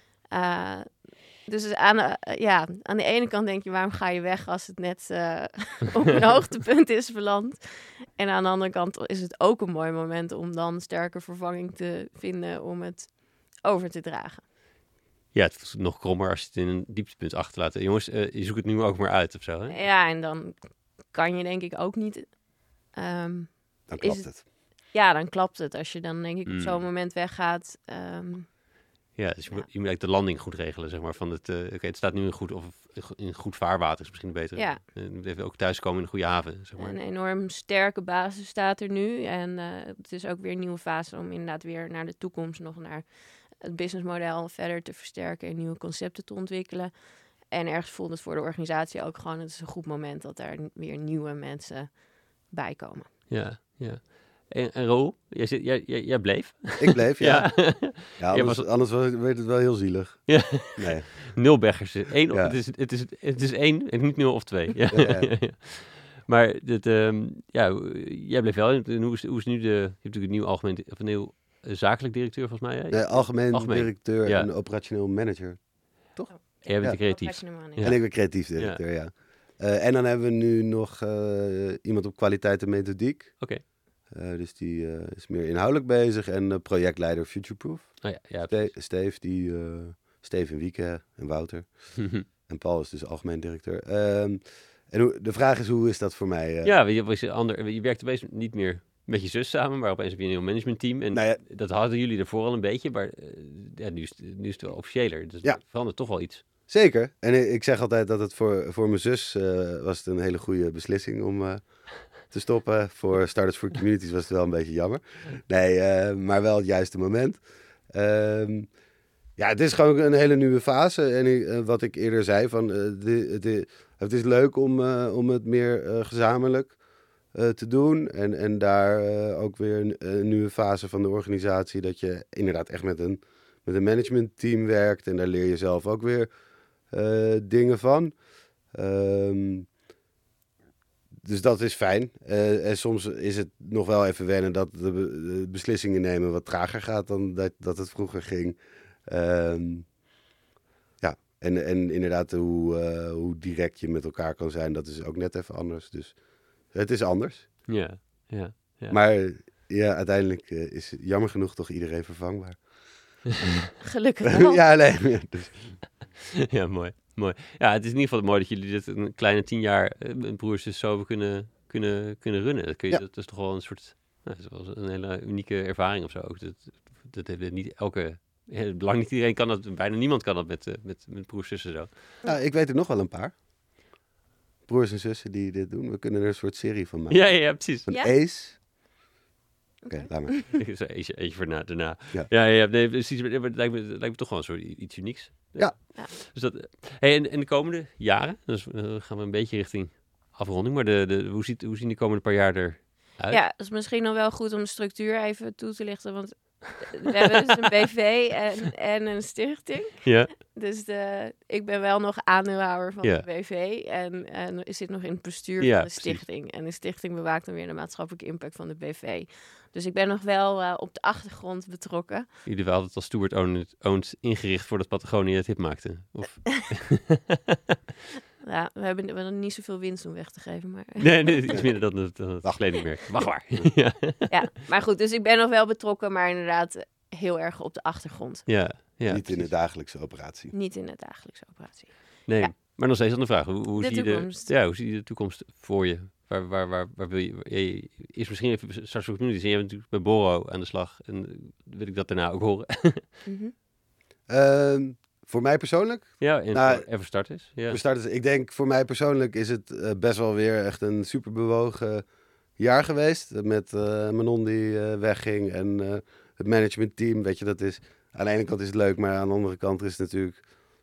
Dus aan de ene kant denk je, waarom ga je weg als het net op een hoogtepunt is beland? En aan de andere kant is het ook een mooi moment om dan sterke vervanging te vinden om het over te dragen. Ja, het is nog krommer als je het in een dieptepunt achterlaat. Jongens, je zoekt het nu ook maar uit of zo, hè? Ja, en dan kan je denk ik ook niet... dan klapt het. Ja, dan klapt het. Als je dan denk ik op zo'n moment weggaat... dus je moet eigenlijk de landing goed regelen, zeg maar. Van het staat nu in goed vaarwater, is misschien beter. Ja. Je moet even ook thuiskomen in een goede haven, zeg maar. Een enorm sterke basis staat er nu. En het is ook weer een nieuwe fase om inderdaad weer naar de toekomst nog naar het businessmodel verder te versterken en nieuwe concepten te ontwikkelen. En ergens voelt het voor de organisatie ook gewoon, het is een goed moment dat er weer nieuwe mensen bij komen. Ja. En Roel, jij bleef? Ik bleef, ja. Ja, anders werd het wel heel zielig. Ja. Nee. 0 Beggers. Het is 1 en niet 0 of 2. Ja. Maar jij bleef wel. En hoe is nu je hebt natuurlijk een nieuw zakelijk directeur volgens mij. Nee, algemeen directeur en operationeel manager. Toch? Jij bent de creatief. En ik ben creatief directeur, ja. En dan hebben we nu nog iemand op kwaliteit en methodiek. Oké. Dus die is meer inhoudelijk bezig en projectleider Futureproof. Steve en Wieke en Wouter. En Paul is dus algemeen directeur. En de vraag is, hoe is dat voor mij? Je werkte opeens niet meer met je zus samen, maar opeens heb je een heel managementteam. En dat hadden jullie ervoor al een beetje, maar nu is het wel officiëler. Dus dat verandert toch wel iets. Zeker. En ik zeg altijd dat het voor mijn zus was het een hele goede beslissing om te stoppen. Voor Startups for Communities was het wel een beetje jammer. Nee, maar wel het juiste moment. Het is gewoon een hele nieuwe fase. En wat ik eerder zei, van, het is leuk om het meer gezamenlijk te doen. En daar ook weer een nieuwe fase van de organisatie. Dat je inderdaad echt met een managementteam werkt. En daar leer je zelf ook weer dingen van. Dus dat is fijn. En soms is het nog wel even wennen dat de beslissingen nemen wat trager gaat dan dat het vroeger ging. En inderdaad hoe direct je met elkaar kan zijn, dat is ook net even anders. Dus het is anders. Ja. Maar uiteindelijk is jammer genoeg toch iedereen vervangbaar. Gelukkig wel. Ja, nee. Dus. Ja, mooi. Ja, het is in ieder geval mooi dat jullie dit een kleine 10 jaar broers dus zo hebben kunnen kunnen runnen. Dat is toch wel een soort... Nou, dat is wel een hele unieke ervaring of zo. Dat heeft niet elke... Lang niet iedereen kan dat, bijna niemand kan dat met broers, zussen zo. Ja, ik weet er nog wel een paar. Broers en zussen die dit doen. We kunnen er een soort serie van maken. Ja, precies. Van Ja? Ace. Oké, laat maar. Eentje voor daarna. Ja. Ja, nee, precies. Het lijkt me toch wel een soort iets unieks. Ja. Dus dat, en de komende jaren, dus gaan we een beetje richting afronding, maar hoe zien de komende paar jaar eruit? Ja, dat is misschien nog wel goed om de structuur even toe te lichten, want we hebben dus een BV en een stichting. Ja. Dus ik ben wel nog aandeelhouder van Ja. de BV en ik zit nog in het bestuur Ja, van de stichting. En de stichting bewaakt dan weer de maatschappelijke impact van de BV. Dus ik ben nog wel op de achtergrond betrokken. Jullie waren altijd als Stewart Owned ingericht voordat Patagonia het hip maakte? Of? Ja, we hebben niet zoveel winst om weg te geven. Maar... Nee, iets minder dan het kledingmerk. Wacht maar. Ja, maar goed, dus ik ben nog wel betrokken, maar inderdaad heel erg op de achtergrond. Ja, Niet in de dagelijkse operatie. Niet in de dagelijkse operatie. Nee, Ja. maar nog steeds aan de vraag. Hoe zie toekomst. hoe zie je de toekomst voor je? Waar wil je... Eerst misschien even Starters for Communities. En je bent natuurlijk bij Boro aan de slag. En wil ik dat daarna ook horen. Mhm. Voor mij persoonlijk? Ja, en Nou, voor starters. Ja. We starten, ik denk voor mij persoonlijk is het best wel weer echt een super bewogen jaar geweest. Met Manon die wegging en het managementteam. Weet je, dat is aan de ene kant is het leuk, maar aan de andere kant is het natuurlijk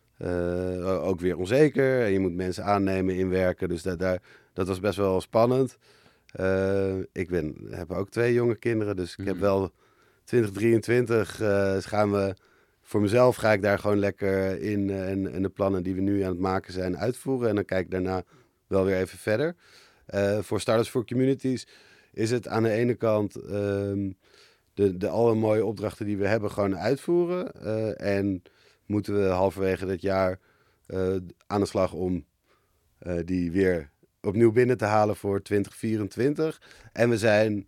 ook weer onzeker. En je moet mensen aannemen, inwerken. Dus dat was best wel spannend. Ik heb ook 2 jonge kinderen, dus ik heb wel 2023 gaan we... Voor mezelf ga ik daar gewoon lekker in en de plannen die we nu aan het maken zijn uitvoeren. En dan kijk ik daarna wel weer even verder. Voor Starters for Communities is het aan de ene kant de alle mooie opdrachten die we hebben gewoon uitvoeren. En moeten we halverwege dit jaar aan de slag om die weer opnieuw binnen te halen voor 2024. En we zijn,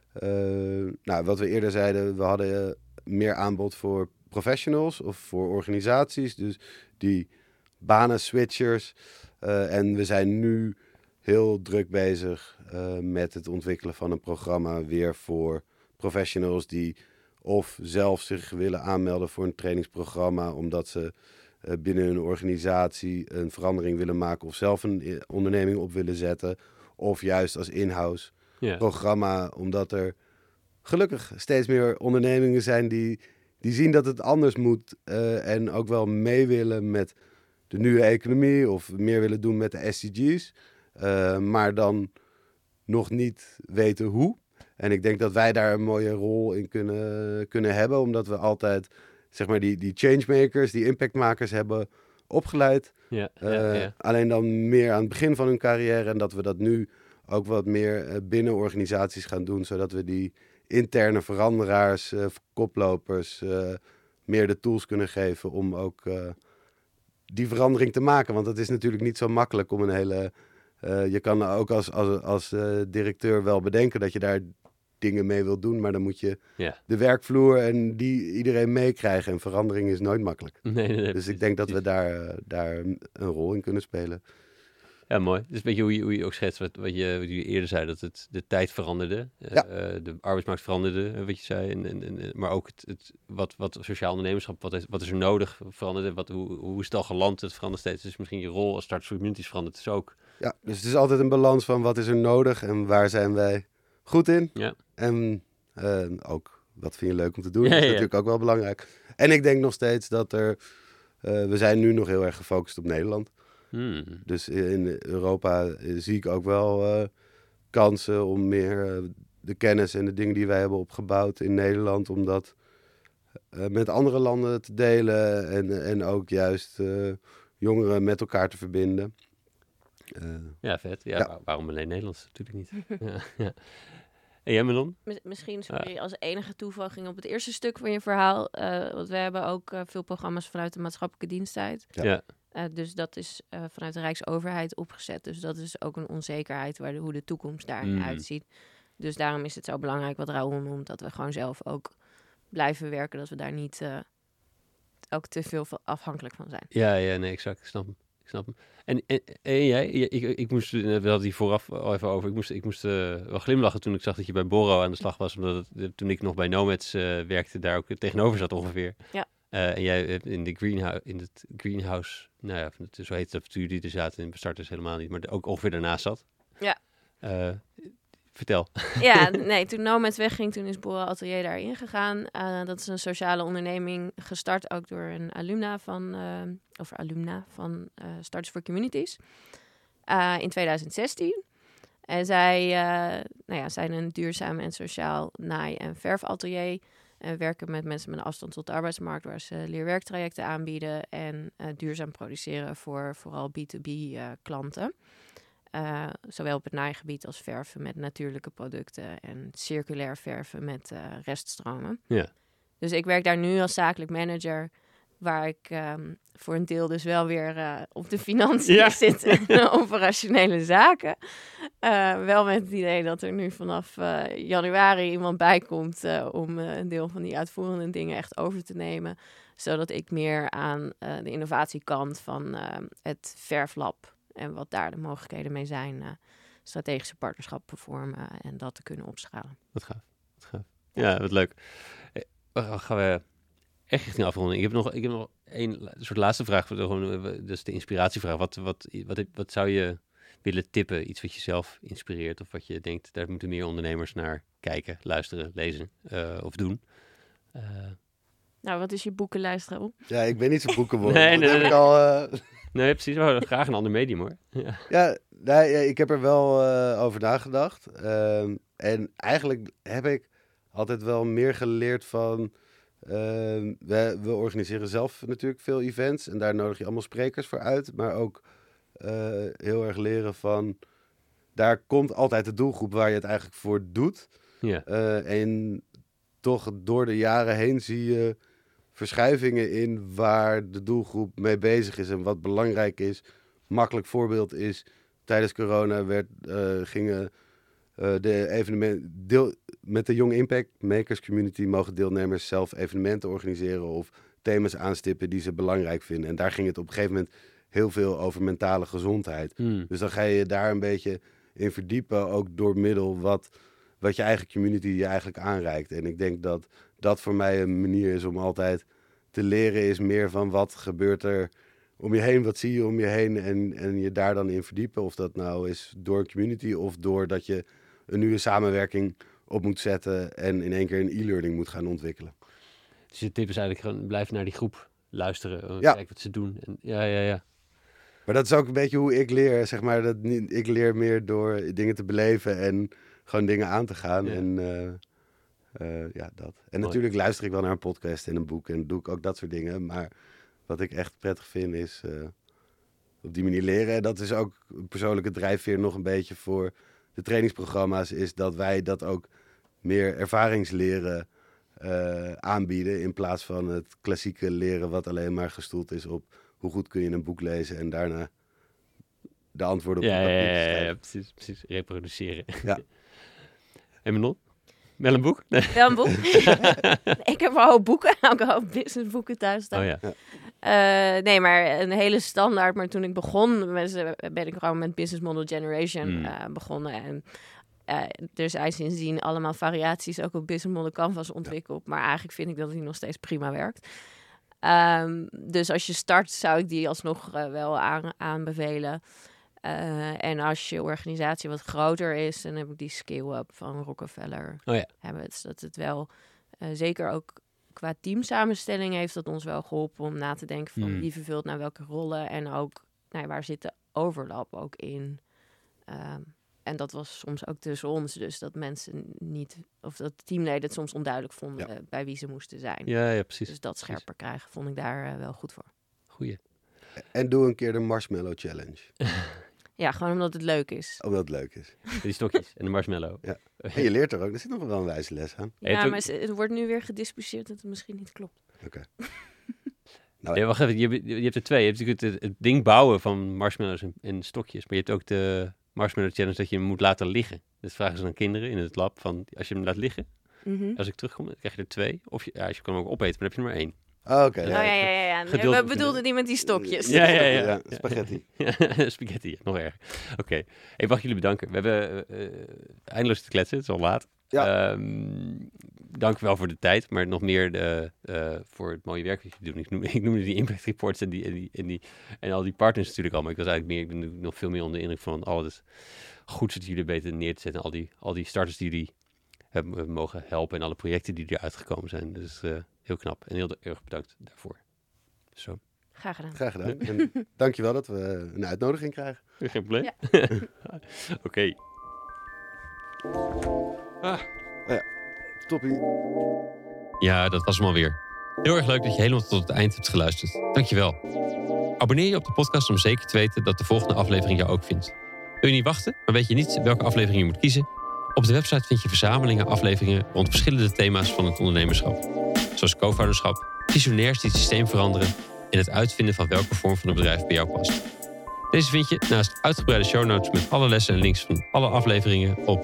wat we eerder zeiden, we hadden meer aanbod voor professionals of voor organisaties, dus die banen-switchers. En we zijn nu heel druk bezig met het ontwikkelen van een programma weer voor professionals die of zelf zich willen aanmelden voor een trainingsprogramma omdat ze binnen hun organisatie een verandering willen maken of zelf een onderneming op willen zetten. Of juist als in-house programma, omdat er gelukkig steeds meer ondernemingen zijn die zien dat het anders moet en ook wel mee willen met de nieuwe economie of meer willen doen met de SDG's, maar dan nog niet weten hoe. En ik denk dat wij daar een mooie rol in kunnen hebben, omdat we altijd zeg maar die changemakers, die impactmakers hebben opgeleid. Alleen dan meer aan het begin van hun carrière en dat we dat nu ook wat meer binnen organisaties gaan doen, zodat we die interne veranderaars, koplopers, meer de tools kunnen geven om ook die verandering te maken. Want het is natuurlijk niet zo makkelijk om een hele... je kan ook als directeur wel bedenken dat je daar dingen mee wilt doen, maar dan moet je de werkvloer en iedereen meekrijgen. En verandering is nooit makkelijk. Nee, dus ik denk dat we daar een rol in kunnen spelen. Ja, mooi. Het is een beetje hoe je ook schetst wat je eerder zei, dat de tijd veranderde. De arbeidsmarkt veranderde, wat je zei. Maar ook wat sociaal ondernemerschap, wat is er nodig, veranderde. Hoe is het al geland? Het verandert steeds. Dus misschien je rol als Starters for Communities verandert dus ook. Ja, dus het is altijd een balans van wat is er nodig en waar zijn wij goed in. Ja. En ook wat vind je leuk om te doen. Dat is natuurlijk ook wel belangrijk. En ik denk nog steeds dat we zijn nu nog heel erg gefocust op Nederland. Dus in Europa zie ik ook wel kansen om meer de kennis en de dingen die wij hebben opgebouwd in Nederland, om dat met andere landen te delen en ook juist jongeren met elkaar te verbinden. Ja, vet. Waarom alleen Nederlands? Natuurlijk niet. En jij, Manon? Misschien als enige toevoeging op het eerste stuk van je verhaal. Want we hebben ook veel programma's vanuit de maatschappelijke diensttijd. Dus dat is vanuit de Rijksoverheid opgezet. Dus dat is ook een onzekerheid hoe de toekomst daarin uitziet. Dus daarom is het zo belangrijk wat Raoul noemt, dat we gewoon zelf ook blijven werken. Dat we daar niet ook te veel afhankelijk van zijn. Ja, nee, exact. Ik snap hem. Ik snap hem. En jij? Ik moest, we hadden die vooraf al even over. Ik moest wel glimlachen toen ik zag dat je bij Borro aan de slag was. Omdat toen ik nog bij Nomads werkte, daar ook tegenover zat ongeveer. Ja. En jij hebt in het greenhouse, nou ja, zo heet het, avontuur die er zaten in Starters helemaal niet, maar ook ongeveer daarnaast zat. Ja. Vertel. Ja, nee, toen Nomads wegging, toen is Borro Atelier daarin gegaan. Dat is een sociale onderneming, gestart ook door een alumna van Starters for Communities in 2016. En zij zijn een duurzaam en sociaal naai- en verfatelier. En werken met mensen met een afstand tot de arbeidsmarkt, waar ze leerwerktrajecten aanbieden en duurzaam produceren voor vooral B2B klanten. Zowel op het naaigebied als verven met natuurlijke producten en circulair verven met reststromen. Ja. Dus ik werk daar nu als zakelijk manager, waar ik voor een deel dus wel weer op de financiën zit en operationele zaken. Wel met het idee dat er nu vanaf januari iemand bij komt om een deel van die uitvoerende dingen echt over te nemen. Zodat ik meer aan de innovatiekant van het verflab en wat daar de mogelijkheden mee zijn, strategische partnerschappen vormen en dat te kunnen opschalen. Wat gaaf. Ja, wat leuk. Gaan we echt richting afronding. Ik heb nog één soort laatste vraag. Dus de inspiratievraag. Wat zou je willen tippen? Iets wat je zelf inspireert of wat je denkt, daar moeten meer ondernemers naar kijken, luisteren, lezen of doen? Nou, wat is je boekenlijst, Raoul? Ja, ik ben niet zo'n boekenwolf. Nee. Nee, precies. We graag een ander medium, hoor. Ja, ik heb er wel over nagedacht. En eigenlijk heb ik altijd wel meer geleerd van... we organiseren zelf natuurlijk veel events en daar nodig je allemaal sprekers voor uit. Maar ook heel erg leren van... Daar komt altijd de doelgroep waar je het eigenlijk voor doet. Ja. En toch door de jaren heen zie je verschuivingen in waar de doelgroep mee bezig is en wat belangrijk is. Makkelijk voorbeeld is, tijdens corona gingen de evenementen met de Young Impact Makers Community mogen deelnemers zelf evenementen organiseren of thema's aanstippen die ze belangrijk vinden. En daar ging het op een gegeven moment heel veel over mentale gezondheid. Dus dan ga je daar een beetje in verdiepen, ook door middel wat je eigen community je eigenlijk aanreikt. En ik denk dat dat voor mij een manier is om altijd te leren, is meer van wat gebeurt er om je heen, wat zie je om je heen en je daar dan in verdiepen. Of dat nou is door een community of doordat je een nieuwe samenwerking op moet zetten en in één keer een e-learning moet gaan ontwikkelen. Dus je tip is eigenlijk gewoon blijf naar die groep luisteren, kijk wat ze doen. En, ja. Maar dat is ook een beetje hoe ik leer, zeg maar. Ik leer meer door dingen te beleven en gewoon dingen aan te gaan. Ja. En dat. En natuurlijk luister ik wel naar een podcast en een boek en doe ik ook dat soort dingen. Maar wat ik echt prettig vind is op die manier leren. En dat is ook een persoonlijke drijfveer nog een beetje voor de trainingsprogramma's. Is dat wij dat ook meer ervaringsleren aanbieden. In plaats van het klassieke leren wat alleen maar gestoeld is op hoe goed kun je een boek lezen en daarna de antwoorden op de papier schrijven. Ja, precies. Reproduceren. Ja. En Manon? Wel een boek? Nee. Wel een boek? Ik heb al boeken, ook al businessboeken thuis staan. Oh ja. Nee, maar een hele standaard. Maar toen ik begon, ben ik gewoon met Business Model Generation begonnen. En er zijn sindsdien allemaal variaties ook op Business Model Canvas ontwikkeld. Ja. Maar eigenlijk vind ik dat die nog steeds prima werkt. Dus als je start, zou ik die alsnog wel aanbevelen. En als je organisatie wat groter is, dan heb ik die Scale-Up van Rockefeller. Oh ja. Dat het wel, zeker ook qua teamsamenstelling heeft dat ons wel geholpen om na te denken van wie vervult nou welke rollen. En ook waar zit de overlap ook in. En dat was soms ook tussen ons, dus dat mensen niet, of dat teamleden het soms onduidelijk vonden bij wie ze moesten zijn. Ja, precies. Dus dat scherper krijgen vond ik daar wel goed voor. Goeie. En doe een keer de Marshmallow Challenge. Ja, gewoon omdat het leuk is. Omdat het leuk is. Die stokjes en de marshmallow. Ja. En je leert er ook. Er zit nog wel een wijze les aan. Ja, maar het wordt nu weer gediscussieerd dat het misschien niet klopt. Oké. Nou, wacht even, je hebt er twee. Je hebt natuurlijk het ding bouwen van marshmallows en stokjes. Maar je hebt ook de Marshmallow Challenge dat je hem moet laten liggen. Dat vragen ze aan kinderen in het lab. Van, als je hem laat liggen, als ik terugkom, dan krijg je er 2. Of als je kan hem ook opeten, maar dan heb je er maar 1. Oh, oké. Ja. Nee, Geduld we oefenen. bedoelden die met die stokjes. Ja. Spaghetti. Spaghetti, nog erg. Oké. Ik mag jullie bedanken. We hebben eindeloos te kletsen, het is al laat. Ja. Dank wel voor de tijd, maar nog meer voor het mooie werk dat jullie doen. Ik noemde die impact reports en al die partners natuurlijk al, maar ik ben nog veel meer onder de indruk van al het goeds dat jullie weten neer te zetten. Al die starters die jullie hebben mogen helpen en alle projecten die eruit gekomen zijn. Dus heel knap en heel erg bedankt daarvoor. Zo. Graag gedaan. Graag gedaan. En dankjewel dat we een uitnodiging krijgen. Geen probleem. Ja. Oké. Toppie. Ja, dat was hem alweer. Heel erg leuk dat je helemaal tot het eind hebt geluisterd. Dankjewel. Abonneer je op de podcast om zeker te weten dat de volgende aflevering jou ook vindt. Wil je niet wachten, maar weet je niet welke aflevering je moet kiezen? Op de website vind je verzamelingen afleveringen rond verschillende thema's van het ondernemerschap. Zoals co-founderschap, visionairs die het systeem veranderen en het uitvinden van welke vorm van een bedrijf bij jou past. Deze vind je naast uitgebreide show notes met alle lessen en links van alle afleveringen op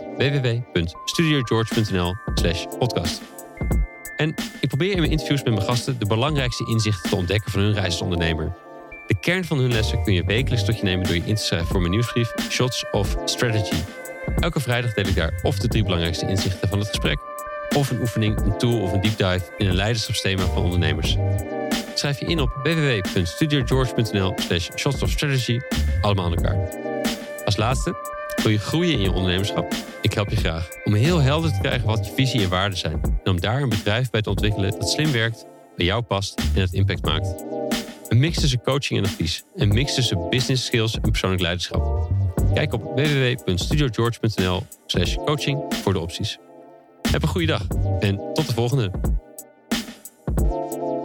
www.studiogeorge.nl/podcast. En ik probeer in mijn interviews met mijn gasten de belangrijkste inzichten te ontdekken van hun reis als ondernemer. De kern van hun lessen kun je wekelijks tot je nemen door je in te schrijven voor mijn nieuwsbrief Shots of Strategy. Elke vrijdag deel ik daar of de 3 belangrijkste inzichten van het gesprek, of een oefening, een tool of een deep dive in een leiderschapsthema van ondernemers. Schrijf je in op www.studiogeorge.nl/shotsofstrategy, allemaal aan elkaar. Als laatste, wil je groeien in je ondernemerschap? Ik help je graag om heel helder te krijgen wat je visie en waarden zijn. En om daar een bedrijf bij te ontwikkelen dat slim werkt, bij jou past en dat impact maakt. Een mix tussen coaching en advies. Een mix tussen business skills en persoonlijk leiderschap. Kijk op www.studiogeorge.nl/coaching voor de opties. Heb een goede dag en tot de volgende.